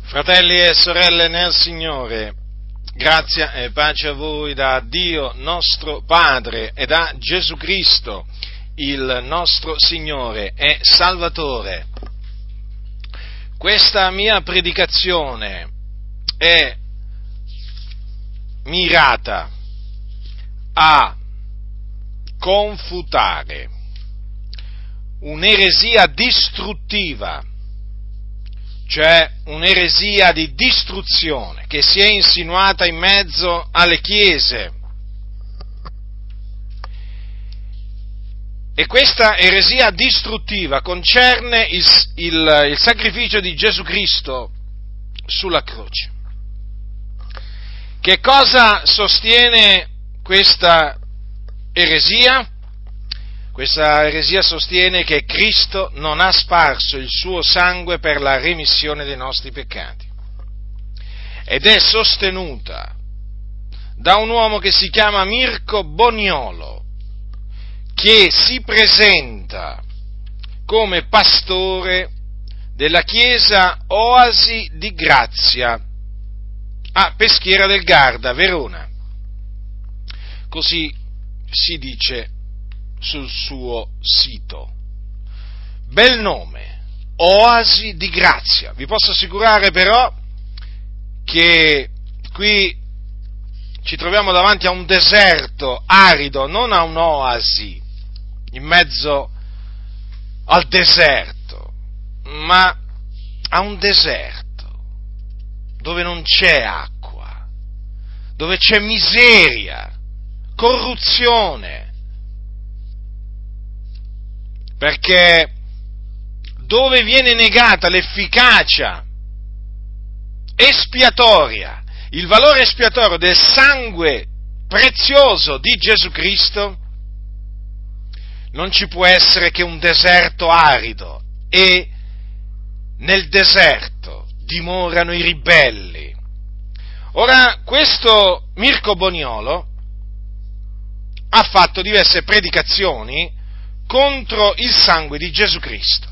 Fratelli e sorelle nel Signore, grazia e pace a voi da Dio nostro Padre e da Gesù Cristo, il nostro Signore e Salvatore. Questa mia predicazione è mirata a confutare un'eresia distruttiva, cioè un'eresia di distruzione che si è insinuata in mezzo alle chiese. E questa eresia distruttiva concerne il sacrificio di Gesù Cristo sulla croce. Che cosa sostiene questa eresia? Questa eresia sostiene che Cristo non ha sparso il suo sangue per la remissione dei nostri peccati. Ed è sostenuta da un uomo che si chiama Mirko Boniolo, che si presenta come pastore della chiesa Oasi di Grazia a Peschiera del Garda, Verona. Così si dice sul suo sito. Bel nome, Oasi di Grazia. Vi posso assicurare però che qui ci troviamo davanti a un deserto arido, non a un'oasi in mezzo al deserto, ma a un deserto dove non c'è acqua, dove c'è miseria, corruzione. Perché dove viene negata l'efficacia espiatoria, il valore espiatorio del sangue prezioso di Gesù Cristo, non ci può essere che un deserto arido, e nel deserto dimorano i ribelli. Ora, questo Mirko Boniolo ha fatto diverse predicazioni contro il sangue di Gesù Cristo.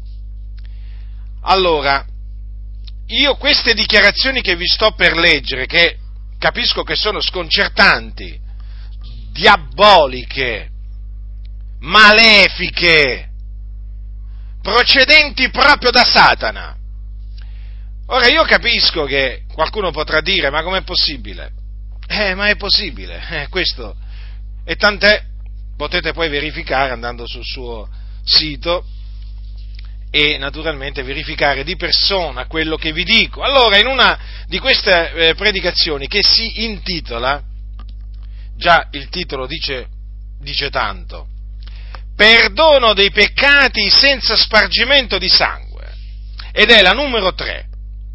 Allora, io queste dichiarazioni che vi sto per leggere, che capisco che sono sconcertanti, diaboliche, malefiche, procedenti proprio da Satana. Ora, io capisco che qualcuno potrà dire, ma com'è possibile? Ma è possibile, questo, e tant'è. Potete poi verificare andando sul suo sito e naturalmente verificare di persona quello che vi dico. Allora, in una di queste predicazioni che si intitola, già il titolo dice tanto, Perdono dei peccati senza spargimento di sangue, ed è la numero 3.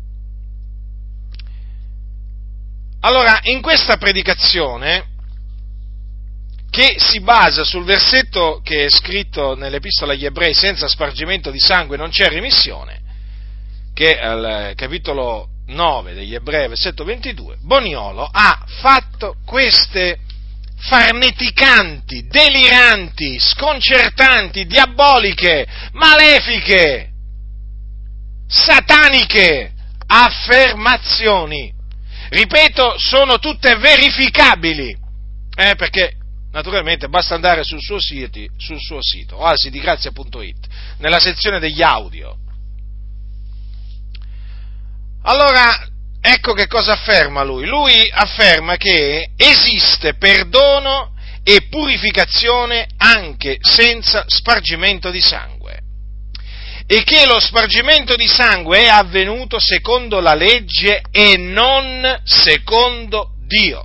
Allora, in questa predicazione, che si basa sul versetto che è scritto nell'Epistola agli Ebrei, senza spargimento di sangue non c'è remissione, che è al capitolo 9 degli Ebrei, versetto 22, Boniolo ha fatto queste farneticanti, deliranti, sconcertanti, diaboliche, malefiche, sataniche affermazioni. Ripeto, sono tutte verificabili, perché naturalmente basta andare sul suo sito, oasidigrazia.it, nella sezione degli audio. Allora, ecco che cosa afferma lui. Lui afferma che esiste perdono e purificazione anche senza spargimento di sangue, e che lo spargimento di sangue è avvenuto secondo la legge e non secondo Dio.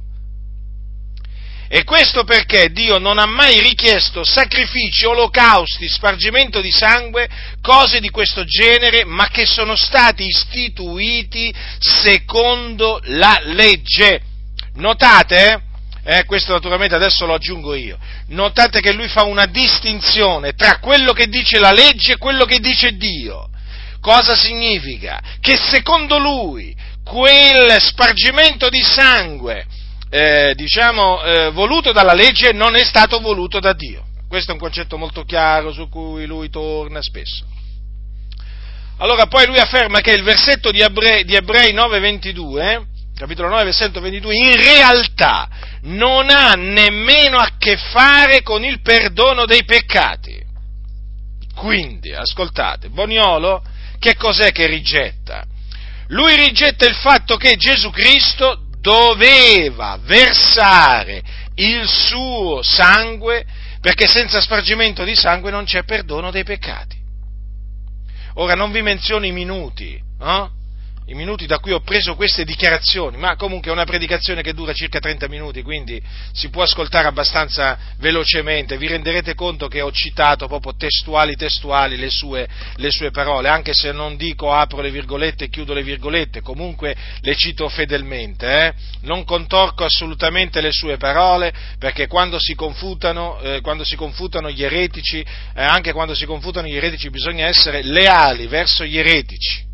E questo perché Dio non ha mai richiesto sacrifici, olocausti, spargimento di sangue, cose di questo genere, ma che sono stati istituiti secondo la legge. Notate, questo naturalmente adesso lo aggiungo io, notate che lui fa una distinzione tra quello che dice la legge e quello che dice Dio. Cosa significa? Che secondo lui quel spargimento di sangue voluto dalla legge non è stato voluto da Dio. Questo è un concetto molto chiaro su cui lui torna spesso. Allora poi lui afferma che il versetto di Ebrei 9:22, capitolo 9, versetto 22, in realtà non ha nemmeno a che fare con il perdono dei peccati. Quindi, ascoltate, Boniolo che cos'è che rigetta? Lui rigetta il fatto che Gesù Cristo doveva versare il suo sangue, perché senza spargimento di sangue non c'è perdono dei peccati. Ora non vi menziono i minuti da cui ho preso queste dichiarazioni, ma comunque è una predicazione che dura circa 30 minuti, quindi si può ascoltare abbastanza velocemente. Vi renderete conto che ho citato proprio testuali le sue parole, anche se non dico apro le virgolette e chiudo le virgolette, comunque le cito fedelmente, non contorco assolutamente le sue parole, perché quando si confutano gli eretici, anche quando si confutano gli eretici bisogna essere leali verso gli eretici,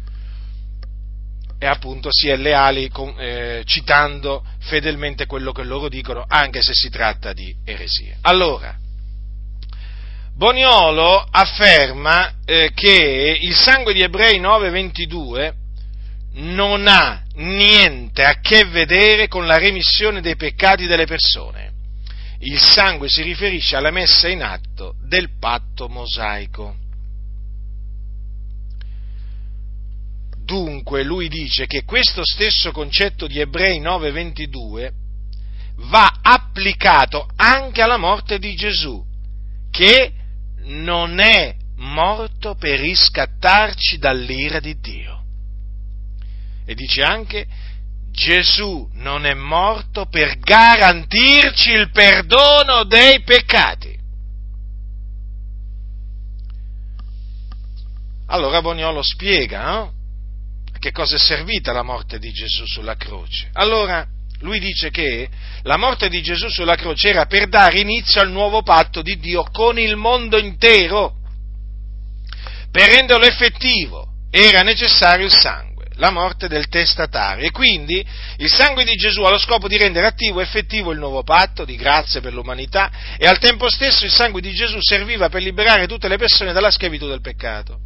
e appunto si è leali citando fedelmente quello che loro dicono, anche se si tratta di eresie. Allora, Boniolo afferma che il sangue di Ebrei 9:22 non ha niente a che vedere con la remissione dei peccati delle persone. Il sangue si riferisce alla messa in atto del patto mosaico. Dunque lui dice che questo stesso concetto di Ebrei 9:22 va applicato anche alla morte di Gesù, che non è morto per riscattarci dall'ira di Dio. E dice anche: Gesù non è morto per garantirci il perdono dei peccati. Allora Boniolo spiega, no? Che cosa è servita la morte di Gesù sulla croce? Allora, lui dice che la morte di Gesù sulla croce era per dare inizio al nuovo patto di Dio con il mondo intero. Per renderlo effettivo era necessario il sangue, la morte del testatario, e quindi il sangue di Gesù ha lo scopo di rendere attivo e effettivo il nuovo patto di grazia per l'umanità, e al tempo stesso il sangue di Gesù serviva per liberare tutte le persone dalla schiavitù del peccato.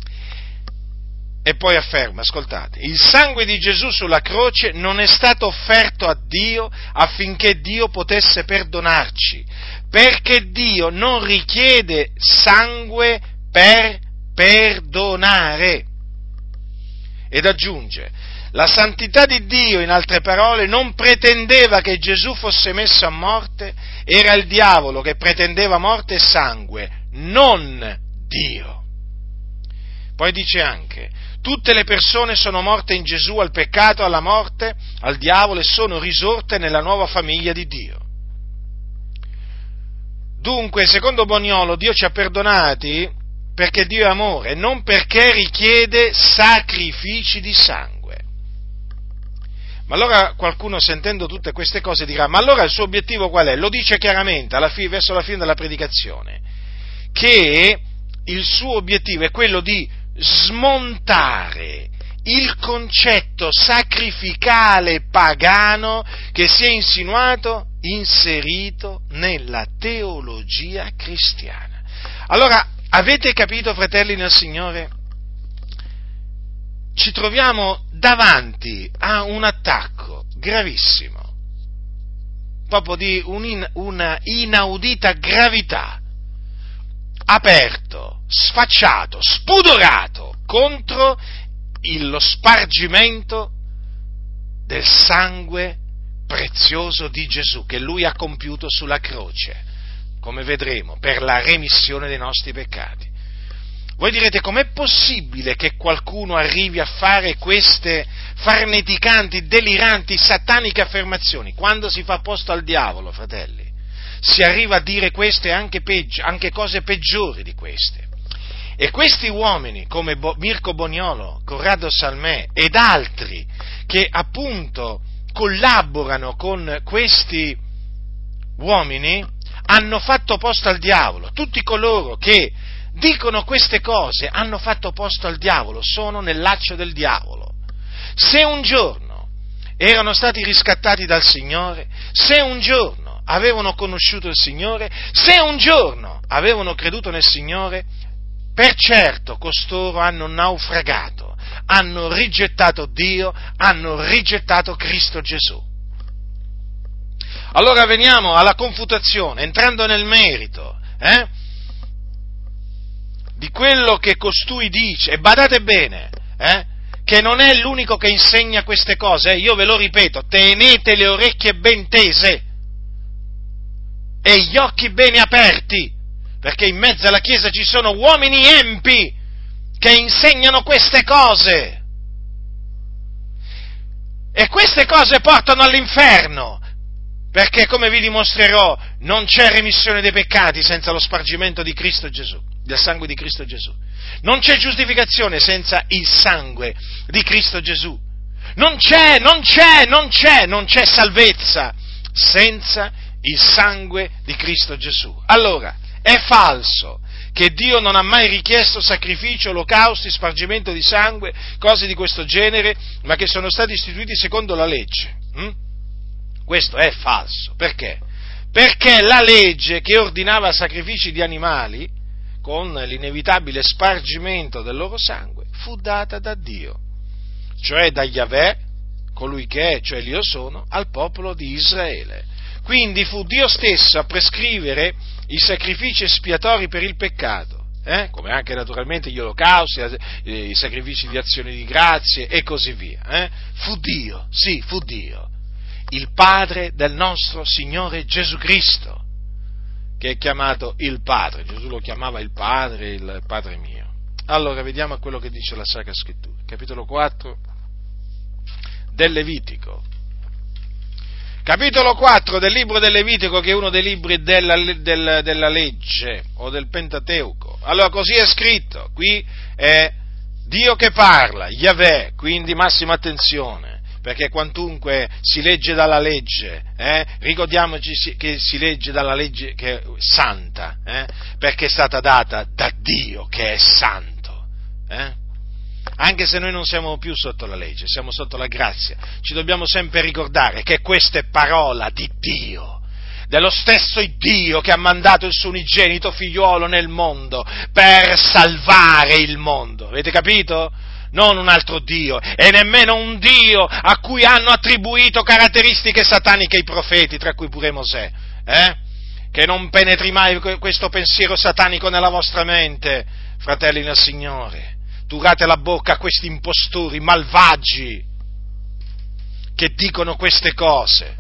E poi afferma, ascoltate, il sangue di Gesù sulla croce non è stato offerto a Dio affinché Dio potesse perdonarci, perché Dio non richiede sangue per perdonare. Ed aggiunge, la santità di Dio, in altre parole, non pretendeva che Gesù fosse messo a morte, era il diavolo che pretendeva morte e sangue, non Dio. Poi dice anche, tutte le persone sono morte in Gesù al peccato, alla morte, al diavolo, e sono risorte nella nuova famiglia di Dio. Dunque, secondo Boniolo, Dio ci ha perdonati perché Dio è amore, non perché richiede sacrifici di sangue. Ma allora qualcuno, sentendo tutte queste cose, dirà, ma allora il suo obiettivo qual è? Lo dice chiaramente verso la fine della predicazione, che il suo obiettivo è quello di smontare il concetto sacrificale pagano che si è inserito nella teologia cristiana. Allora, avete capito, fratelli nel Signore? Ci troviamo davanti a un attacco gravissimo, proprio di una inaudita gravità, aperto, sfacciato, spudorato contro lo spargimento del sangue prezioso di Gesù che Lui ha compiuto sulla croce, come vedremo, per la remissione dei nostri peccati. Voi direte, com'è possibile che qualcuno arrivi a fare queste farneticanti, deliranti, sataniche affermazioni? Quando si fa posto al diavolo, fratelli, si arriva a dire queste e anche cose peggiori di queste. E questi uomini, come Mirko Boniolo, Corrado Salmè ed altri, che appunto collaborano con questi uomini, hanno fatto posto al diavolo. Tutti coloro che dicono queste cose hanno fatto posto al diavolo, sono nel laccio del diavolo. Se un giorno erano stati riscattati dal Signore, se un giorno avevano conosciuto il Signore, se un giorno avevano creduto nel Signore, per certo costoro hanno naufragato, hanno rigettato Dio, hanno rigettato Cristo Gesù. Allora veniamo alla confutazione, entrando nel merito, di quello che costui dice, e badate bene, che non è l'unico che insegna queste cose, io ve lo ripeto, tenete le orecchie ben tese e gli occhi bene aperti, perché in mezzo alla Chiesa ci sono uomini empi che insegnano queste cose, e queste cose portano all'inferno, perché, come vi dimostrerò, non c'è remissione dei peccati senza lo spargimento di Cristo Gesù, del sangue di Cristo Gesù. Non c'è giustificazione senza il sangue di Cristo Gesù. Non c'è salvezza senza il sangue di Cristo Gesù. Allora, è falso che Dio non ha mai richiesto sacrifici, olocausti, spargimento di sangue, cose di questo genere, ma che sono stati istituiti secondo la legge. Questo è falso. Perché? Perché la legge che ordinava sacrifici di animali, con l'inevitabile spargimento del loro sangue, fu data da Dio, cioè da Yahweh, colui che è, cioè l'Io sono, al popolo di Israele. Quindi fu Dio stesso a prescrivere i sacrifici espiatori per il peccato, come anche naturalmente gli olocausti, i sacrifici di azione di grazie e così via. Fu Dio, sì, fu Dio, il Padre del nostro Signore Gesù Cristo, che è chiamato il Padre. Gesù lo chiamava il Padre mio. Allora, vediamo quello che dice la Sacra Scrittura, capitolo 4 del Levitico. Capitolo 4 del libro del Levitico, che è uno dei libri della legge o del Pentateuco. Allora, così è scritto, qui è Dio che parla, Yahweh, quindi massima attenzione, perché quantunque si legge dalla legge, ricordiamoci che si legge dalla legge che è santa, perché è stata data da Dio che è santo, anche se noi non siamo più sotto la legge, siamo sotto la grazia, ci dobbiamo sempre ricordare che questa è parola di Dio, dello stesso Dio che ha mandato il suo unigenito figliuolo nel mondo per salvare il mondo, avete capito? Non un altro Dio, e nemmeno un Dio a cui hanno attribuito caratteristiche sataniche i profeti, tra cui pure Mosè, che non penetri mai questo pensiero satanico nella vostra mente, fratelli nel Signore. Turate la bocca a questi impostori malvagi che dicono queste cose.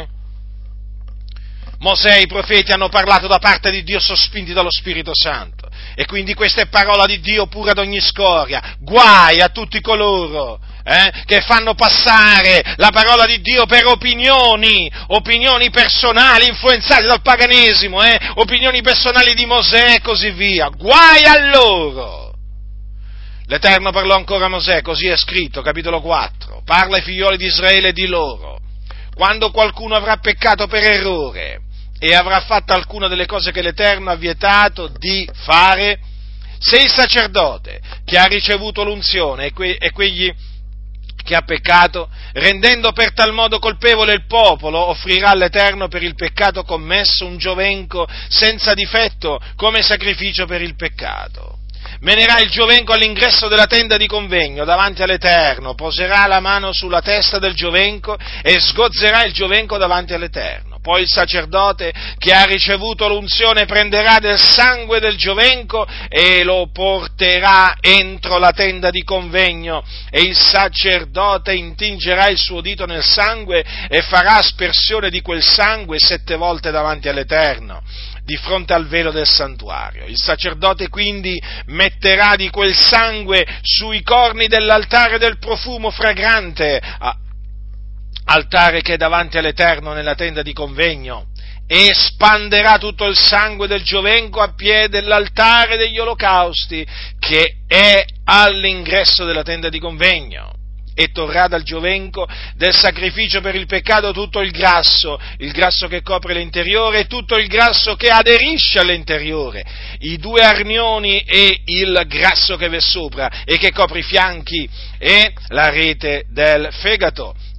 Mosè e i profeti hanno parlato da parte di Dio sospinti dallo Spirito Santo, e quindi questa è parola di Dio pura d'ogni scoria. Guai a tutti coloro che fanno passare la parola di Dio per opinioni personali influenzate dal paganesimo, opinioni personali di Mosè e così via. Guai a loro! L'Eterno parlò ancora a Mosè, così è scritto, capitolo 4, parla ai figlioli di Israele e di loro: quando qualcuno avrà peccato per errore e avrà fatto alcuna delle cose che l'Eterno ha vietato di fare, se il sacerdote che ha ricevuto l'unzione e quegli che ha peccato, rendendo per tal modo colpevole il popolo, offrirà all'Eterno per il peccato commesso un giovenco senza difetto come sacrificio per il peccato. Menerà il giovenco all'ingresso della tenda di convegno davanti all'Eterno, poserà la mano sulla testa del giovenco e sgozzerà il giovenco davanti all'Eterno. Poi il sacerdote che ha ricevuto l'unzione prenderà del sangue del giovenco e lo porterà entro la tenda di convegno, e il sacerdote intingerà il suo dito nel sangue e farà aspersione di quel sangue 7 volte davanti all'Eterno, di fronte al velo del santuario. Il sacerdote quindi metterà di quel sangue sui corni dell'altare del profumo fragrante, altare che è davanti all'Eterno nella tenda di convegno, e spanderà tutto il sangue del giovenco a piede dell'altare degli olocausti che è all'ingresso della tenda di convegno. E torrà dal giovenco del sacrificio per il peccato tutto il grasso che copre l'interiore e tutto il grasso che aderisce all'interiore, i 2 arnioni e il grasso che v'è sopra e che copre i fianchi e la rete del fegato,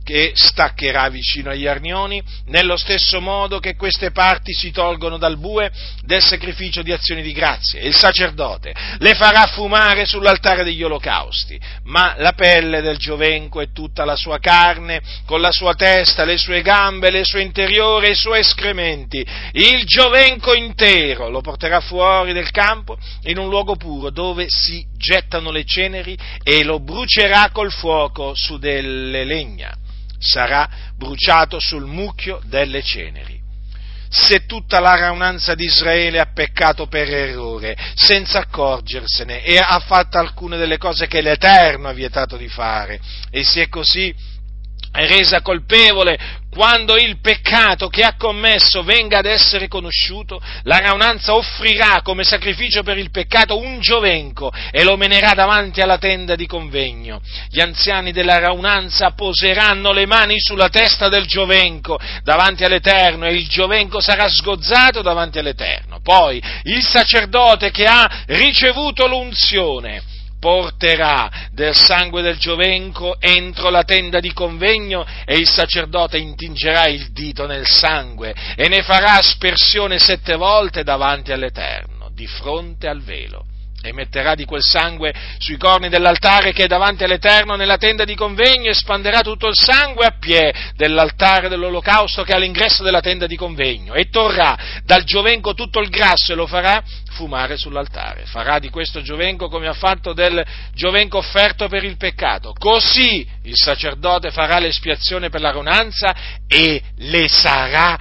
che staccherà vicino agli Arnioni, nello stesso modo che queste parti si tolgono dal bue del sacrificio di azioni di grazie, e il sacerdote le farà fumare sull'altare degli olocausti, ma la pelle del giovenco e tutta la sua carne, con la sua testa, le sue gambe, le sue interiori e i suoi escrementi, il giovenco intero lo porterà fuori del campo in un luogo puro dove si gettano le ceneri, e lo brucerà col fuoco su delle legna. Sarà bruciato sul mucchio delle ceneri. Se tutta la raunanza di Israele ha peccato per errore, senza accorgersene, e ha fatto alcune delle cose che l'Eterno ha vietato di fare, e si è così resa colpevole, quando il peccato che ha commesso venga ad essere conosciuto, la raunanza offrirà come sacrificio per il peccato un giovenco e lo menerà davanti alla tenda di convegno. Gli anziani della raunanza poseranno le mani sulla testa del giovenco davanti all'Eterno, e il giovenco sarà sgozzato davanti all'Eterno. Poi il sacerdote che ha ricevuto l'unzione porterà del sangue del giovenco entro la tenda di convegno, e il sacerdote intingerà il dito nel sangue e ne farà aspersione 7 volte davanti all'Eterno, di fronte al velo, e metterà di quel sangue sui corni dell'altare che è davanti all'Eterno nella tenda di convegno, e spanderà tutto il sangue a piè dell'altare dell'olocausto che è all'ingresso della tenda di convegno, e torrà dal giovenco tutto il grasso e lo farà fumare sull'altare. Farà di questo giovenco come ha fatto del giovenco offerto per il peccato. Così il sacerdote farà l'espiazione per la raunanza e le sarà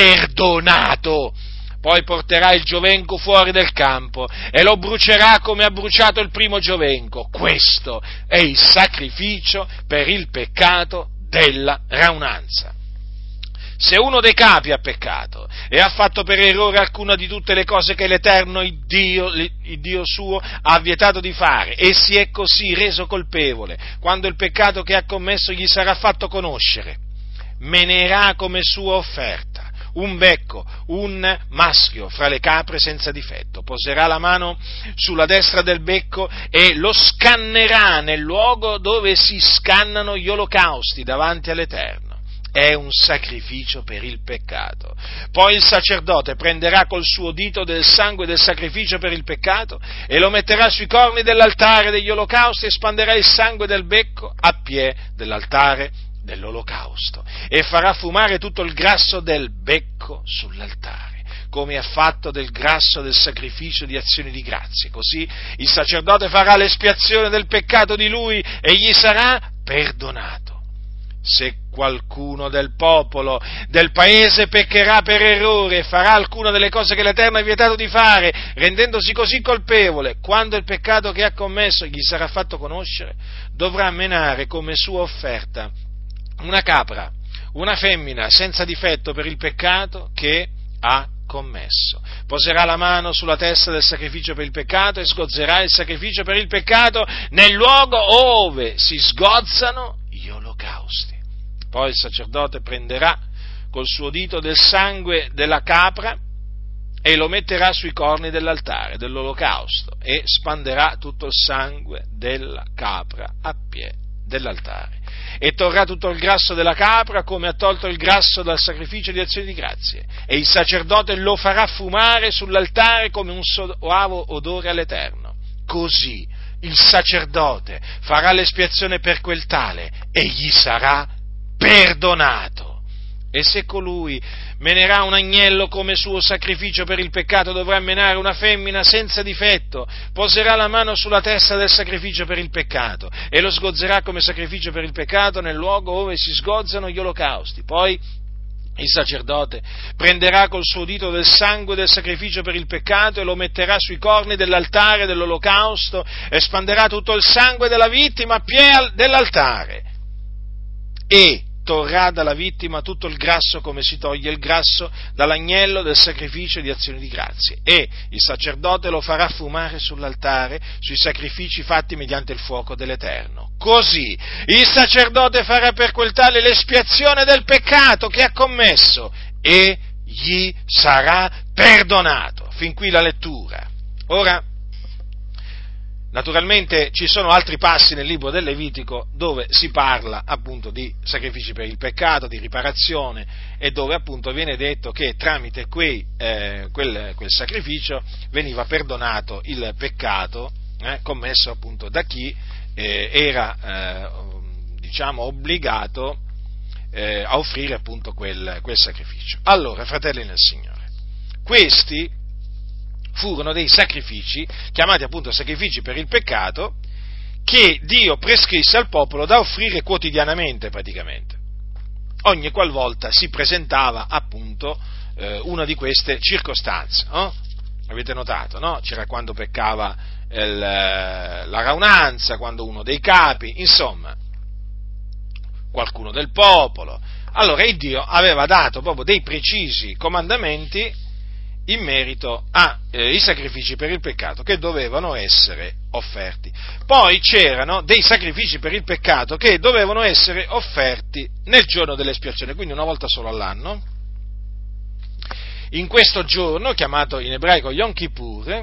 perdonato. Poi porterà il giovenco fuori del campo e lo brucerà come ha bruciato il primo giovenco. Questo è il sacrificio per il peccato della raunanza. Se uno dei capi ha peccato e ha fatto per errore alcuna di tutte le cose che l'Eterno, il Dio suo, ha vietato di fare, e si è così reso colpevole, quando il peccato che ha commesso gli sarà fatto conoscere, menerà come sua offerta un becco, un maschio fra le capre senza difetto, poserà la mano sulla destra del becco e lo scannerà nel luogo dove si scannano gli olocausti davanti all'Eterno. È un sacrificio per il peccato. Poi il sacerdote prenderà col suo dito del sangue del sacrificio per il peccato e lo metterà sui corni dell'altare degli olocausti, e spanderà il sangue del becco a piè dell'altare dell'olocausto, e farà fumare tutto il grasso del becco sull'altare, come ha fatto del grasso del sacrificio di azioni di grazie. Così il sacerdote farà l'espiazione del peccato di lui e gli sarà perdonato. Se qualcuno del popolo, del paese, peccherà per errore e farà alcuna delle cose che l'Eterno ha vietato di fare, rendendosi così colpevole, quando il peccato che ha commesso gli sarà fatto conoscere, dovrà menare come sua offerta una capra, una femmina senza difetto per il peccato che ha commesso. Poserà la mano sulla testa del sacrificio per il peccato e sgozzerà il sacrificio per il peccato nel luogo ove si sgozzano gli olocausti. Poi il sacerdote prenderà col suo dito del sangue della capra e lo metterà sui corni dell'altare dell'olocausto, e spanderà tutto il sangue della capra a piè dell'altare, e torrà tutto il grasso della capra come ha tolto il grasso dal sacrificio di azioni di grazie, e il sacerdote lo farà fumare sull'altare come un soave odore all'Eterno. Così il sacerdote farà l'espiazione per quel tale e gli sarà perdonato. E se colui menerà un agnello come suo sacrificio per il peccato, dovrà menare una femmina senza difetto, poserà la mano sulla testa del sacrificio per il peccato e lo sgozzerà come sacrificio per il peccato nel luogo dove si sgozzano gli olocausti. Poi il sacerdote prenderà col suo dito del sangue del sacrificio per il peccato e lo metterà sui corni dell'altare dell'olocausto, e spanderà tutto il sangue della vittima a piè dell'altare, e torrà dalla vittima tutto il grasso come si toglie il grasso dall'agnello del sacrificio di azioni di grazie, e il sacerdote lo farà fumare sull'altare sui sacrifici fatti mediante il fuoco dell'Eterno. Così il sacerdote farà per quel tale l'espiazione del peccato che ha commesso e gli sarà perdonato. Fin qui la lettura. Ora, Naturalmente ci sono altri passi nel libro del Levitico dove si parla appunto di sacrifici per il peccato, di riparazione, e dove appunto viene detto che tramite quel sacrificio veniva perdonato il peccato commesso appunto da chi era obbligato a offrire appunto quel sacrificio. Allora, fratelli nel Signore, questi furono dei sacrifici, chiamati appunto sacrifici per il peccato, che Dio prescrisse al popolo da offrire quotidianamente praticamente, ogni qualvolta si presentava appunto una di queste circostanze. No? Avete notato, no? C'era quando peccava la raunanza, quando uno dei capi, insomma, qualcuno del popolo. Allora il Dio aveva dato proprio dei precisi comandamenti in merito ai sacrifici per il peccato che dovevano essere offerti. Poi c'erano dei sacrifici per il peccato che dovevano essere offerti nel giorno dell'espiazione, quindi una volta solo all'anno. In questo giorno, chiamato in ebraico Yom Kippur,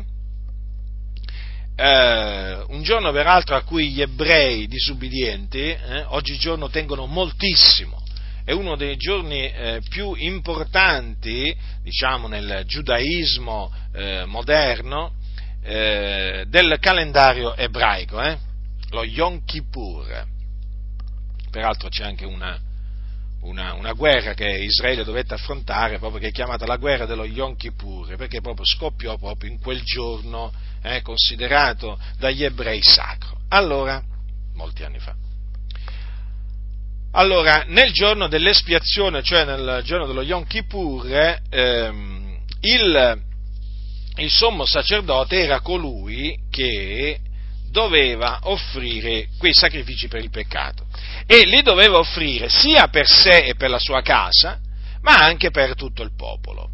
un giorno peraltro a cui gli ebrei disubbidienti oggigiorno tengono moltissimo, è uno dei giorni più importanti, diciamo, nel giudaismo moderno del calendario ebraico, lo Yom Kippur. Peraltro c'è anche una guerra che Israele dovette affrontare, proprio che è chiamata la guerra dello Yom Kippur, perché proprio scoppiò proprio in quel giorno considerato dagli ebrei sacro. Allora, molti anni fa. Allora, nel giorno dell'espiazione, cioè nel giorno dello Yom Kippur, il sommo sacerdote era colui che doveva offrire quei sacrifici per il peccato, e li doveva offrire sia per sé e per la sua casa, ma anche per tutto il popolo.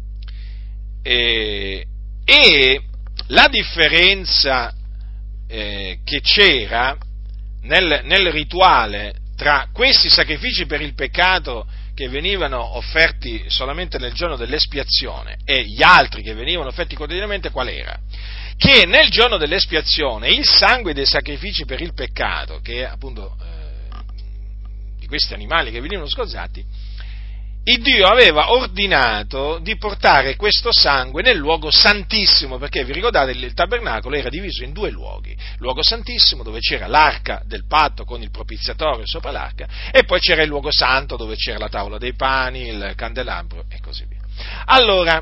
E la differenza che c'era nel rituale tra questi sacrifici per il peccato che venivano offerti solamente nel giorno dell'espiazione e gli altri che venivano offerti quotidianamente, qual era? Che nel giorno dell'espiazione il sangue dei sacrifici per il peccato, che appunto di questi animali che venivano sgozzati, il Dio aveva ordinato di portare questo sangue nel luogo santissimo, perché vi ricordate il tabernacolo era diviso in due luoghi, il luogo santissimo dove c'era l'arca del patto con il propiziatorio sopra l'arca, e poi c'era il luogo santo dove c'era la tavola dei pani, il candelabro e così via. Allora,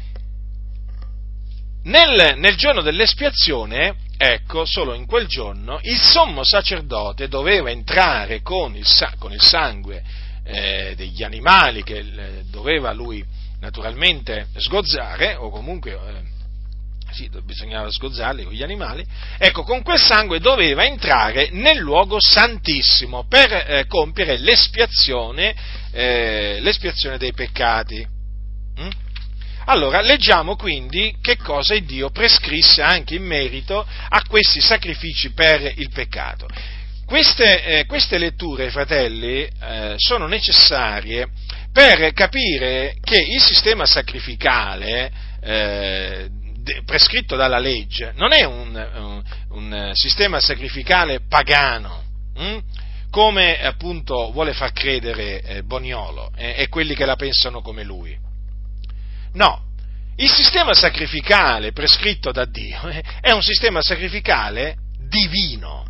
nel giorno dell'espiazione, ecco, solo in quel giorno, il sommo sacerdote doveva entrare con il sangue degli animali che doveva lui naturalmente sgozzare, o comunque bisognava sgozzarli con gli animali, ecco, con quel sangue doveva entrare nel luogo santissimo per compiere l'espiazione dei peccati. Allora, leggiamo quindi che cosa il Dio prescrisse anche in merito a questi sacrifici per il peccato. Queste letture, fratelli, sono necessarie per capire che il sistema sacrificale prescritto dalla legge non è un sistema sacrificale pagano, come appunto vuole far credere Boniolo e quelli che la pensano come lui. No, il sistema sacrificale prescritto da Dio è un sistema sacrificale divino,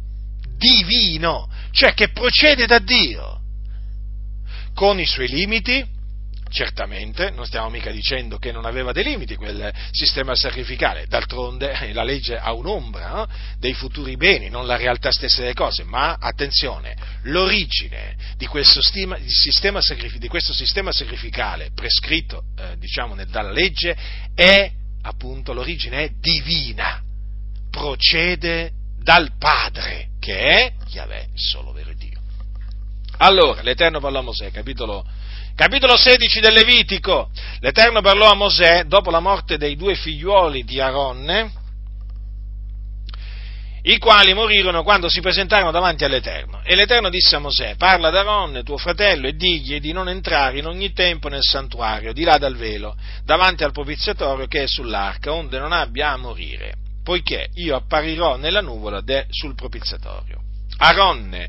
cioè che procede da Dio, con i suoi limiti, certamente, non stiamo mica dicendo che non aveva dei limiti quel sistema sacrificale, d'altronde la legge ha un'ombra, no? Dei futuri beni, non la realtà stessa delle cose, ma attenzione, l'origine di questo sistema sacrificale prescritto, dalla legge, è appunto, l'origine è divina, procede dal Padre, che è Yahweh, il solo vero Dio. Allora, l'Eterno parlò a Mosè, capitolo 16 del Levitico. L'Eterno parlò a Mosè dopo la morte dei due figliuoli di Aaronne, i quali morirono quando si presentarono davanti all'Eterno. E l'Eterno disse a Mosè: parla ad Aaronne, tuo fratello, e digli di non entrare in ogni tempo nel santuario, di là dal velo, davanti al propiziatorio che è sull'arca, onde non abbia a morire. poiché io apparirò nella nuvola sul propiziatorio. Aronne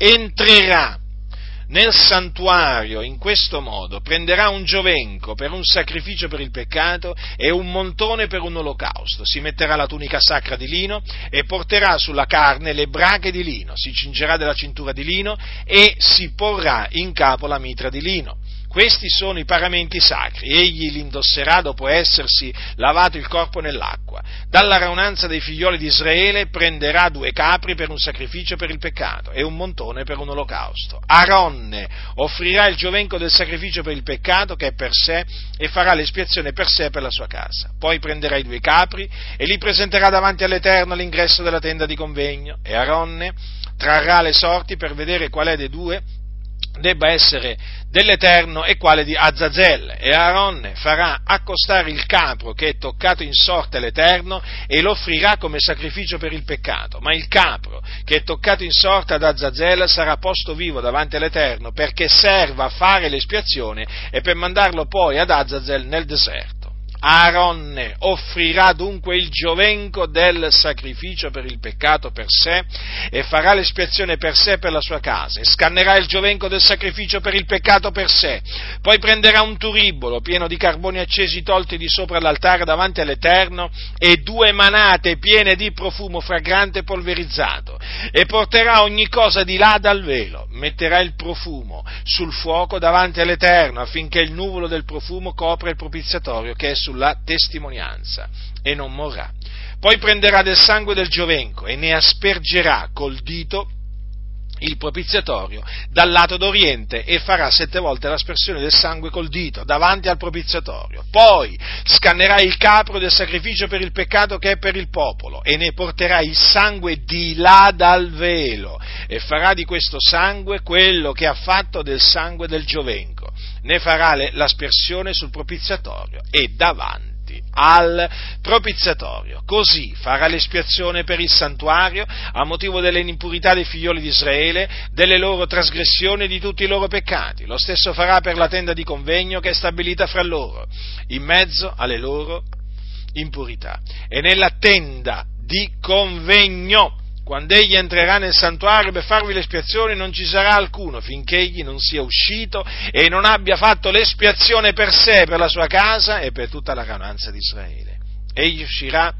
entrerà nel santuario in questo modo, prenderà un giovenco per un sacrificio per il peccato e un montone per un olocausto, si metterà la tunica sacra di lino e porterà sulla carne le brache di lino, si cingerà della cintura di lino e si porrà in capo la mitra di lino. Questi sono i paramenti sacri, egli li indosserà dopo essersi lavato il corpo nell'acqua. Dalla raunanza dei figlioli di Israele prenderà 2 capri per un sacrificio per il peccato e un montone per un olocausto. Aronne offrirà il giovenco del sacrificio per il peccato che è per sé e farà l'espiazione per sé e per la sua casa. Poi prenderà i 2 capri e li presenterà davanti all'Eterno all'ingresso della tenda di convegno e Aronne trarrà le sorti per vedere quale dei 2 debba essere dell'Eterno e quale di Azazel, e Aaronne farà accostare il capro che è toccato in sorte all'Eterno e lo offrirà come sacrificio per il peccato, ma il capro che è toccato in sorte ad Azazel sarà posto vivo davanti all'Eterno perché serva a fare l'espiazione e per mandarlo poi ad Azazel nel deserto. Aaronne offrirà dunque il giovenco del sacrificio per il peccato per sé e farà l'espiazione per sé e per la sua casa e scannerà il giovenco del sacrificio per il peccato per sé, poi prenderà un turibolo pieno di carboni accesi tolti di sopra l'altare davanti all'Eterno e 2 manate piene di profumo fragrante polverizzato e porterà ogni cosa di là dal velo, metterà il profumo sul fuoco davanti all'Eterno affinché il nuvolo del profumo copra il propiziatorio che è sulla testimonianza e non morrà. Poi prenderà del sangue del giovenco e ne aspergerà col dito il propiziatorio dal lato d'oriente e farà 7 volte l'aspersione del sangue col dito davanti al propiziatorio. Poi scannerà il capro del sacrificio per il peccato che è per il popolo e ne porterà il sangue di là dal velo e farà di questo sangue quello che ha fatto del sangue del giovenco. Ne farà l'aspersione sul propiziatorio e davanti al propiziatorio. Così farà l'espiazione per il santuario a motivo delle impurità dei figlioli di Israele, delle loro trasgressioni e di tutti i loro peccati. Lo stesso farà per la tenda di convegno che è stabilita fra loro, in mezzo alle loro impurità. E nella tenda di convegno, quando egli entrerà nel santuario per farvi l'espiazione, non ci sarà alcuno finché egli non sia uscito e non abbia fatto l'espiazione per sé, per la sua casa e per tutta la raunanza di Israele. Egli uscirà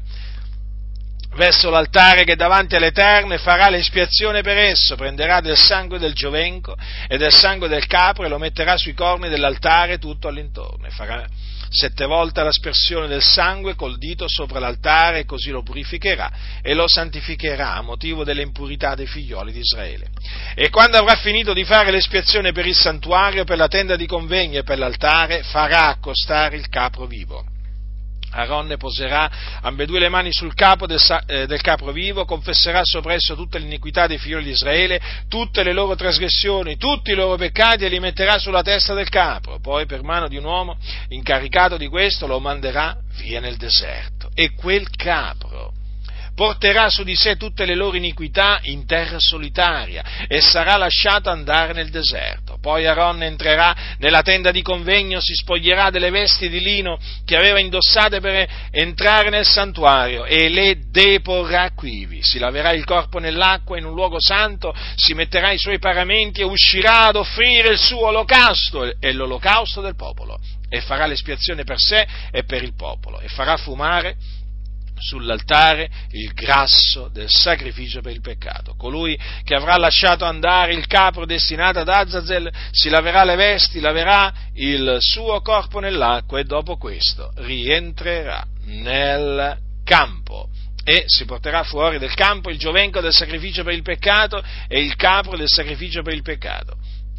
verso l'altare che è davanti all'Eterno e farà l'espiazione per esso, prenderà del sangue del giovenco e del sangue del capro e lo metterà sui corni dell'altare tutto all'intorno e farà 7 volte l'aspersione del sangue col dito sopra l'altare e così lo purificherà e lo santificherà a motivo delle impurità dei figlioli di Israele. E quando avrà finito di fare l'espiazione per il santuario, per la tenda di convegno e per l'altare, farà accostare il capro vivo. Aronne poserà ambedue le mani sul capo del capro vivo, confesserà sopra esso tutte le iniquità dei figlioli di Israele, tutte le loro trasgressioni, tutti i loro peccati e li metterà sulla testa del capro. Poi per mano di un uomo incaricato di questo lo manderà via nel deserto. E quel capro porterà su di sé tutte le loro iniquità in terra solitaria e sarà lasciato andare nel deserto. Poi Aronne entrerà nella tenda di convegno, si spoglierà delle vesti di lino che aveva indossate per entrare nel santuario e le deporrà quivi. Si laverà il corpo nell'acqua in un luogo santo, si metterà i suoi paramenti e uscirà ad offrire il suo olocausto e l'olocausto del popolo e farà l'espiazione per sé e per il popolo e farà fumare sull'altare il grasso del sacrificio per il peccato. Colui che avrà lasciato andare il capro destinato ad Azazel si laverà le vesti, laverà il suo corpo nell'acqua e dopo questo rientrerà nel campo e si porterà fuori del campo il giovenco del sacrificio per il peccato e il capro del sacrificio per il peccato,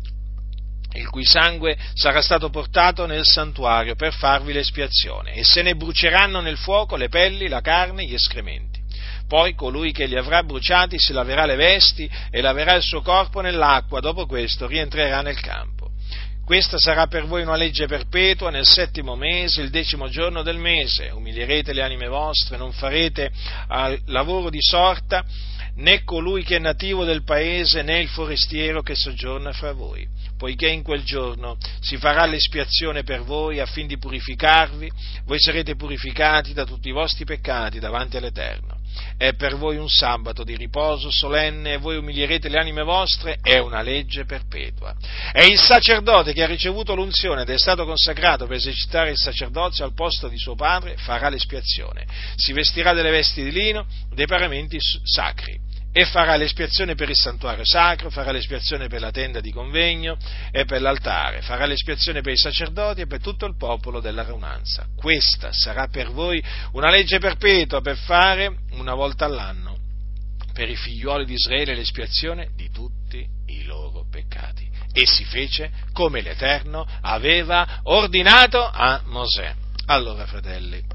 il cui sangue sarà stato portato nel santuario per farvi l'espiazione, e se ne bruceranno nel fuoco le pelli, la carne, gli escrementi. Poi colui che li avrà bruciati si laverà le vesti e laverà il suo corpo nell'acqua, dopo questo rientrerà nel campo. Questa sarà per voi una legge perpetua nel 7° mese, il 10° giorno del mese. Umilierete le anime vostre, non farete lavoro di sorta, né colui che è nativo del paese, né il forestiero che soggiorna fra voi. poiché in quel giorno si farà l'espiazione per voi affin di purificarvi, voi sarete purificati da tutti i vostri peccati davanti all'Eterno. È per voi un sabato di riposo solenne e voi umilierete le anime vostre, è una legge perpetua. E il sacerdote che ha ricevuto l'unzione ed è stato consacrato per esercitare il sacerdozio al posto di suo padre farà l'espiazione. Si vestirà delle vesti di lino, dei paramenti sacri, e farà l'espiazione per il santuario sacro, farà l'espiazione per la tenda di convegno e per l'altare, farà l'espiazione per i sacerdoti e per tutto il popolo della raunanza. Questa sarà per voi una legge perpetua per fare una volta all'anno per i figliuoli di Israele l'espiazione di tutti i loro peccati. E si fece come l'Eterno aveva ordinato a Mosè. Allora, fratelli,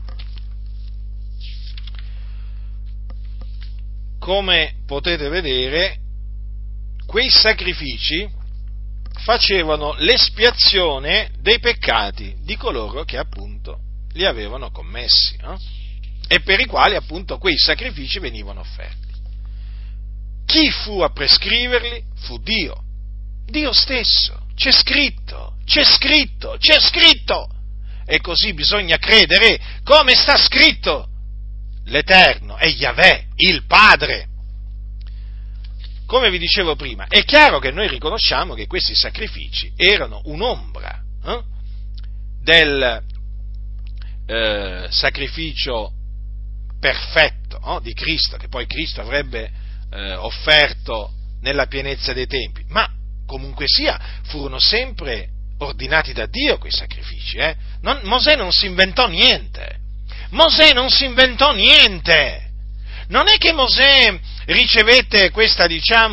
come potete vedere, quei sacrifici facevano l'espiazione dei peccati di coloro che appunto li avevano commessi, e per i quali appunto quei sacrifici venivano offerti. Chi fu a prescriverli? Fu Dio, Dio stesso. C'è scritto, c'è scritto, c'è scritto! E così bisogna credere come sta scritto. L'Eterno è Yahweh, il Padre. Come vi dicevo prima, è chiaro che noi riconosciamo che questi sacrifici erano un'ombra del sacrificio perfetto di Cristo, che poi Cristo avrebbe offerto nella pienezza dei tempi, ma comunque sia furono sempre ordinati da Dio quei sacrifici. Mosè non si inventò niente. Mosè non si inventò niente. Non è che Mosè ricevette questa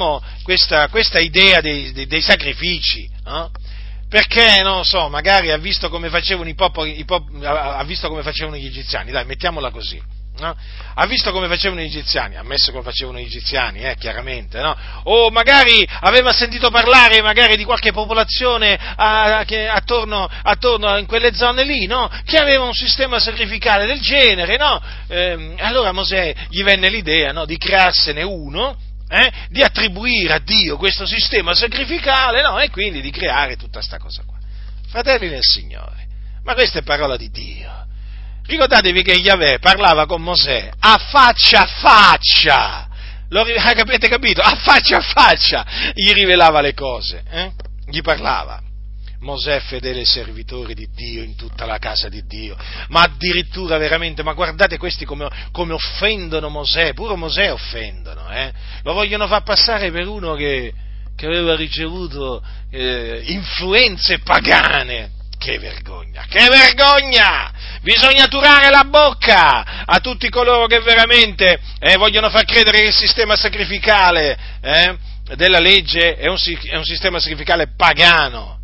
idea dei sacrifici, perché, non lo so, magari ha visto come facevano ha visto come facevano gli egiziani, dai, mettiamola così. No? Ha visto come facevano gli egiziani, ammesso come facevano gli egiziani, chiaramente, no? O magari aveva sentito parlare magari di qualche popolazione che attorno in quelle zone lì, no? Che aveva un sistema sacrificale del genere, no? Allora Mosè gli venne l'idea, no? Di crearsene uno, di attribuire a Dio questo sistema sacrificale, no? E quindi di creare tutta sta cosa qua. Fratelli nel Signore, ma questa è parola di Dio. Ricordatevi che Yahweh parlava con Mosè a faccia, avete capito? A faccia, gli rivelava le cose, gli parlava. Mosè fedele servitore di Dio in tutta la casa di Dio, ma addirittura veramente, ma guardate questi come offendono Mosè, pure Mosè offendono, lo vogliono far passare per uno che aveva ricevuto influenze pagane. Che vergogna! Bisogna turare la bocca a tutti coloro che veramente vogliono far credere che il sistema sacrificale della legge è un sistema sacrificale pagano.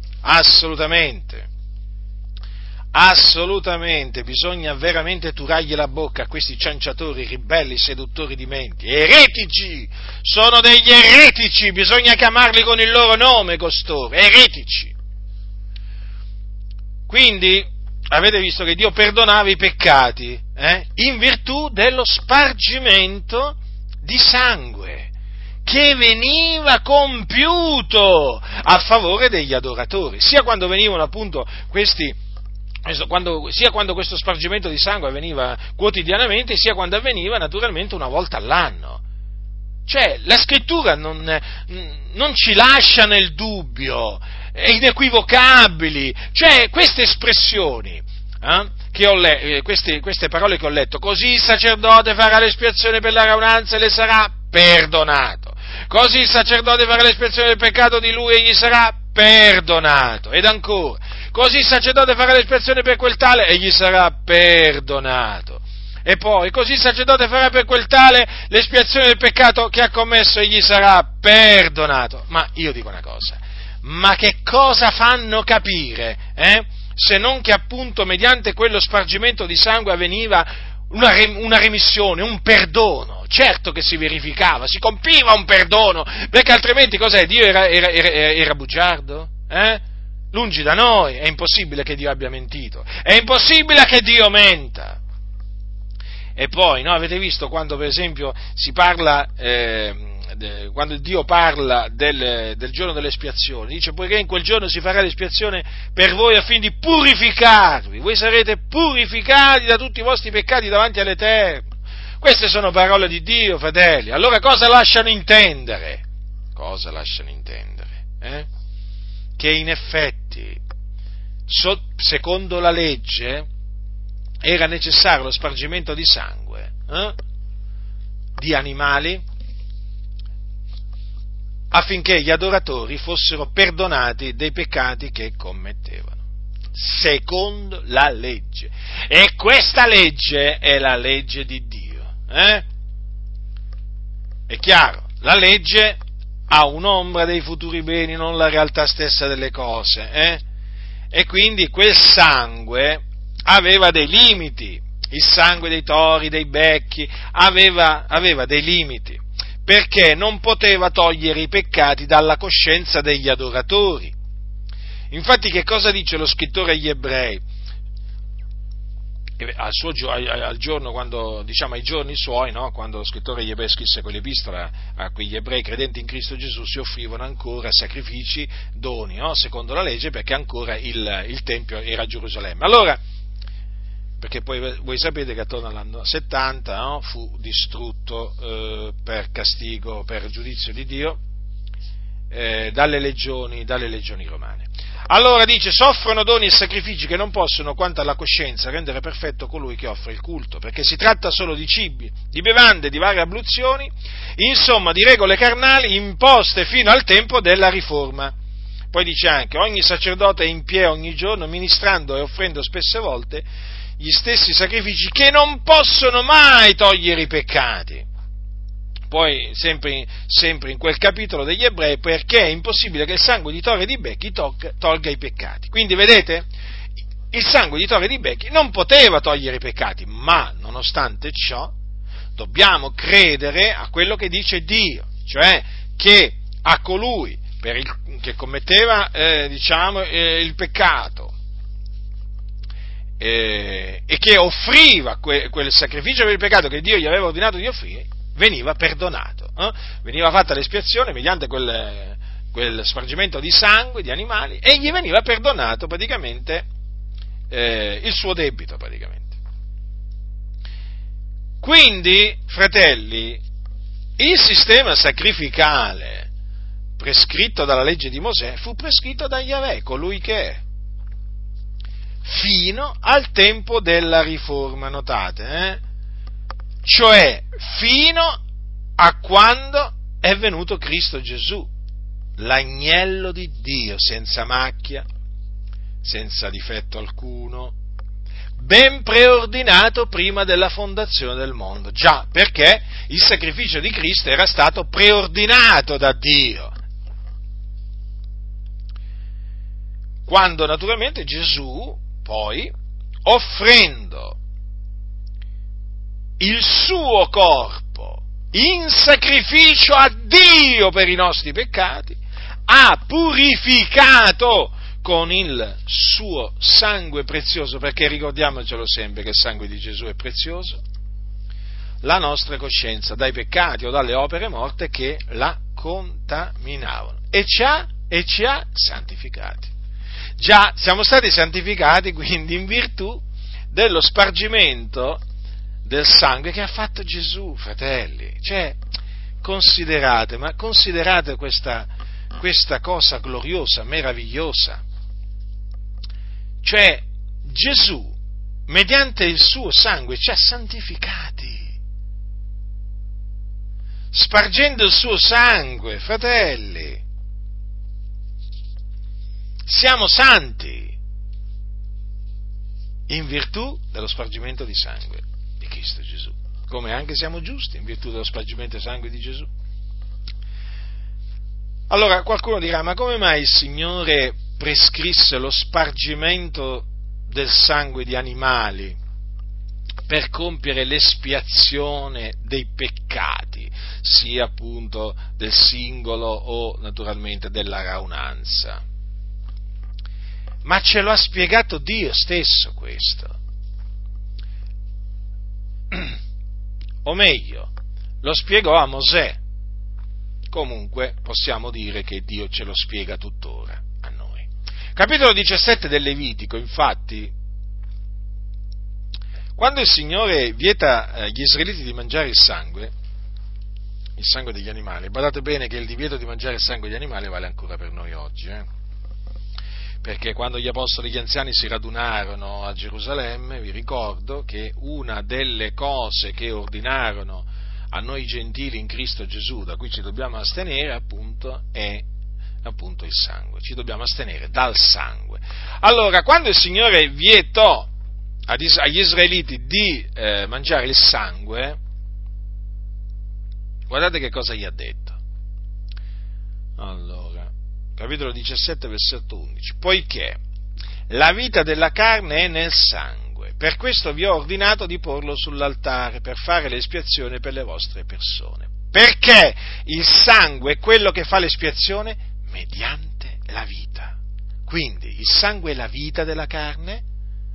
Assolutamente, bisogna veramente turargli la bocca a questi cianciatori, ribelli, seduttori di menti, eretici, sono degli eretici, bisogna chiamarli con il loro nome costoro, eretici. Quindi avete visto che Dio perdonava i peccati in virtù dello spargimento di sangue che veniva compiuto a favore degli adoratori, sia quando venivano appunto sia quando questo spargimento di sangue avveniva quotidianamente, sia quando avveniva naturalmente una volta all'anno. Cioè, la scrittura non ci lascia nel dubbio, è inequivocabili, cioè queste espressioni, queste parole che ho letto, così il sacerdote farà l'espiazione per la raunanza e le sarà perdonato, così il sacerdote farà l'espiazione del peccato di lui e gli sarà perdonato, ed ancora, così il sacerdote farà l'espiazione per quel tale e gli sarà perdonato. E poi, così il sacerdote farà per quel tale l'espiazione del peccato che ha commesso e gli sarà perdonato. Ma io dico una cosa, ma che cosa fanno capire, se non che appunto mediante quello spargimento di sangue avveniva una remissione, un perdono? Certo che si verificava, si compiva un perdono, perché altrimenti cos'è? Dio era bugiardo? Lungi da noi, è impossibile che Dio abbia mentito, è impossibile che Dio menta. E poi, no, avete visto quando per esempio si parla quando Dio parla del giorno dell'espiazione, dice: poiché in quel giorno si farà l'espiazione per voi affinché di purificarvi, voi sarete purificati da tutti i vostri peccati davanti all'Eterno. Queste sono parole di Dio, fratelli. Allora cosa lasciano intendere? Cosa lasciano intendere? Che in effetti, secondo la legge, era necessario lo spargimento di sangue di animali affinché gli adoratori fossero perdonati dei peccati che commettevano, secondo la legge. E questa legge è la legge di Dio. È chiaro, la legge ha un'ombra dei futuri beni, non la realtà stessa delle cose. E quindi quel sangue aveva dei limiti, il sangue dei tori, dei becchi, aveva dei limiti, perché non poteva togliere i peccati dalla coscienza degli adoratori. Infatti che cosa dice lo scrittore agli Ebrei? Al giorno, quando, diciamo, ai giorni suoi, no? Quando lo scrittore agli Ebrei scrisse quell'epistola, a quegli ebrei credenti in Cristo Gesù si offrivano ancora sacrifici, doni, no? Secondo la legge, perché ancora il Tempio era a Gerusalemme. Allora, perché poi voi sapete che attorno all'anno 70, no? Fu distrutto per castigo, per giudizio di Dio, dalle legioni romane. Allora dice: soffrono doni e sacrifici che non possono, quanto alla coscienza, rendere perfetto colui che offre il culto, perché si tratta solo di cibi, di bevande, di varie abluzioni, insomma di regole carnali imposte fino al tempo della riforma. Poi dice anche: ogni sacerdote è in piedi ogni giorno, ministrando e offrendo spesse volte gli stessi sacrifici che non possono mai togliere i peccati. Poi, sempre in quel capitolo degli Ebrei, perché è impossibile che il sangue di tori e di becchi tolga i peccati. Quindi, vedete, il sangue di tori e di becchi non poteva togliere i peccati, ma, nonostante ciò, dobbiamo credere a quello che dice Dio, cioè che a colui che commetteva, il peccato, e che offriva quel sacrificio per il peccato che Dio gli aveva ordinato di offrire, veniva perdonato, veniva fatta l'espiazione mediante quel spargimento di sangue di animali e gli veniva perdonato praticamente il suo debito praticamente. Quindi, fratelli, il sistema sacrificale prescritto dalla legge di Mosè fu prescritto da Yahweh, colui che è, fino al tempo della riforma, notate, cioè fino a quando è venuto Cristo Gesù, l'agnello di Dio, senza macchia, senza difetto alcuno, ben preordinato prima della fondazione del mondo. Già, perché il sacrificio di Cristo era stato preordinato da Dio. Quando naturalmente Gesù, poi, offrendo il suo corpo in sacrificio a Dio per i nostri peccati, ha purificato con il suo sangue prezioso, perché ricordiamocelo sempre che il sangue di Gesù è prezioso, la nostra coscienza dai peccati o dalle opere morte che la contaminavano, e ci ha santificati. Già siamo stati santificati quindi in virtù dello spargimento del sangue che ha fatto Gesù, fratelli. Cioè, considerate questa cosa gloriosa, meravigliosa. Cioè, Gesù, mediante il suo sangue, ci ha santificati, spargendo il suo sangue, fratelli. Siamo santi in virtù dello spargimento di sangue di Cristo Gesù, come anche siamo giusti in virtù dello spargimento di sangue di Gesù. Allora qualcuno dirà: ma come mai il Signore prescrisse lo spargimento del sangue di animali per compiere l'espiazione dei peccati, sia appunto del singolo o naturalmente della raunanza? Ma ce lo ha spiegato Dio stesso questo. O meglio, lo spiegò a Mosè. comunque possiamo dire che Dio ce lo spiega tuttora a noi. Capitolo 17 del Levitico, infatti, quando il Signore vieta agli israeliti di mangiare il sangue degli animali, badate bene che il divieto di mangiare il sangue degli animali vale ancora per noi oggi, perché quando gli apostoli e gli anziani si radunarono a Gerusalemme, vi ricordo che una delle cose che ordinarono a noi gentili in Cristo Gesù, da cui ci dobbiamo astenere, appunto, è appunto il sangue. Ci dobbiamo astenere dal sangue. Allora, quando il Signore vietò agli israeliti di mangiare il sangue, guardate che cosa gli ha detto. Allora, capitolo 17, versetto 11. Poiché la vita della carne è nel sangue, per questo vi ho ordinato di porlo sull'altare per fare l'espiazione per le vostre persone. Perché il sangue è quello che fa l'espiazione mediante la vita. Quindi il sangue è la vita della carne,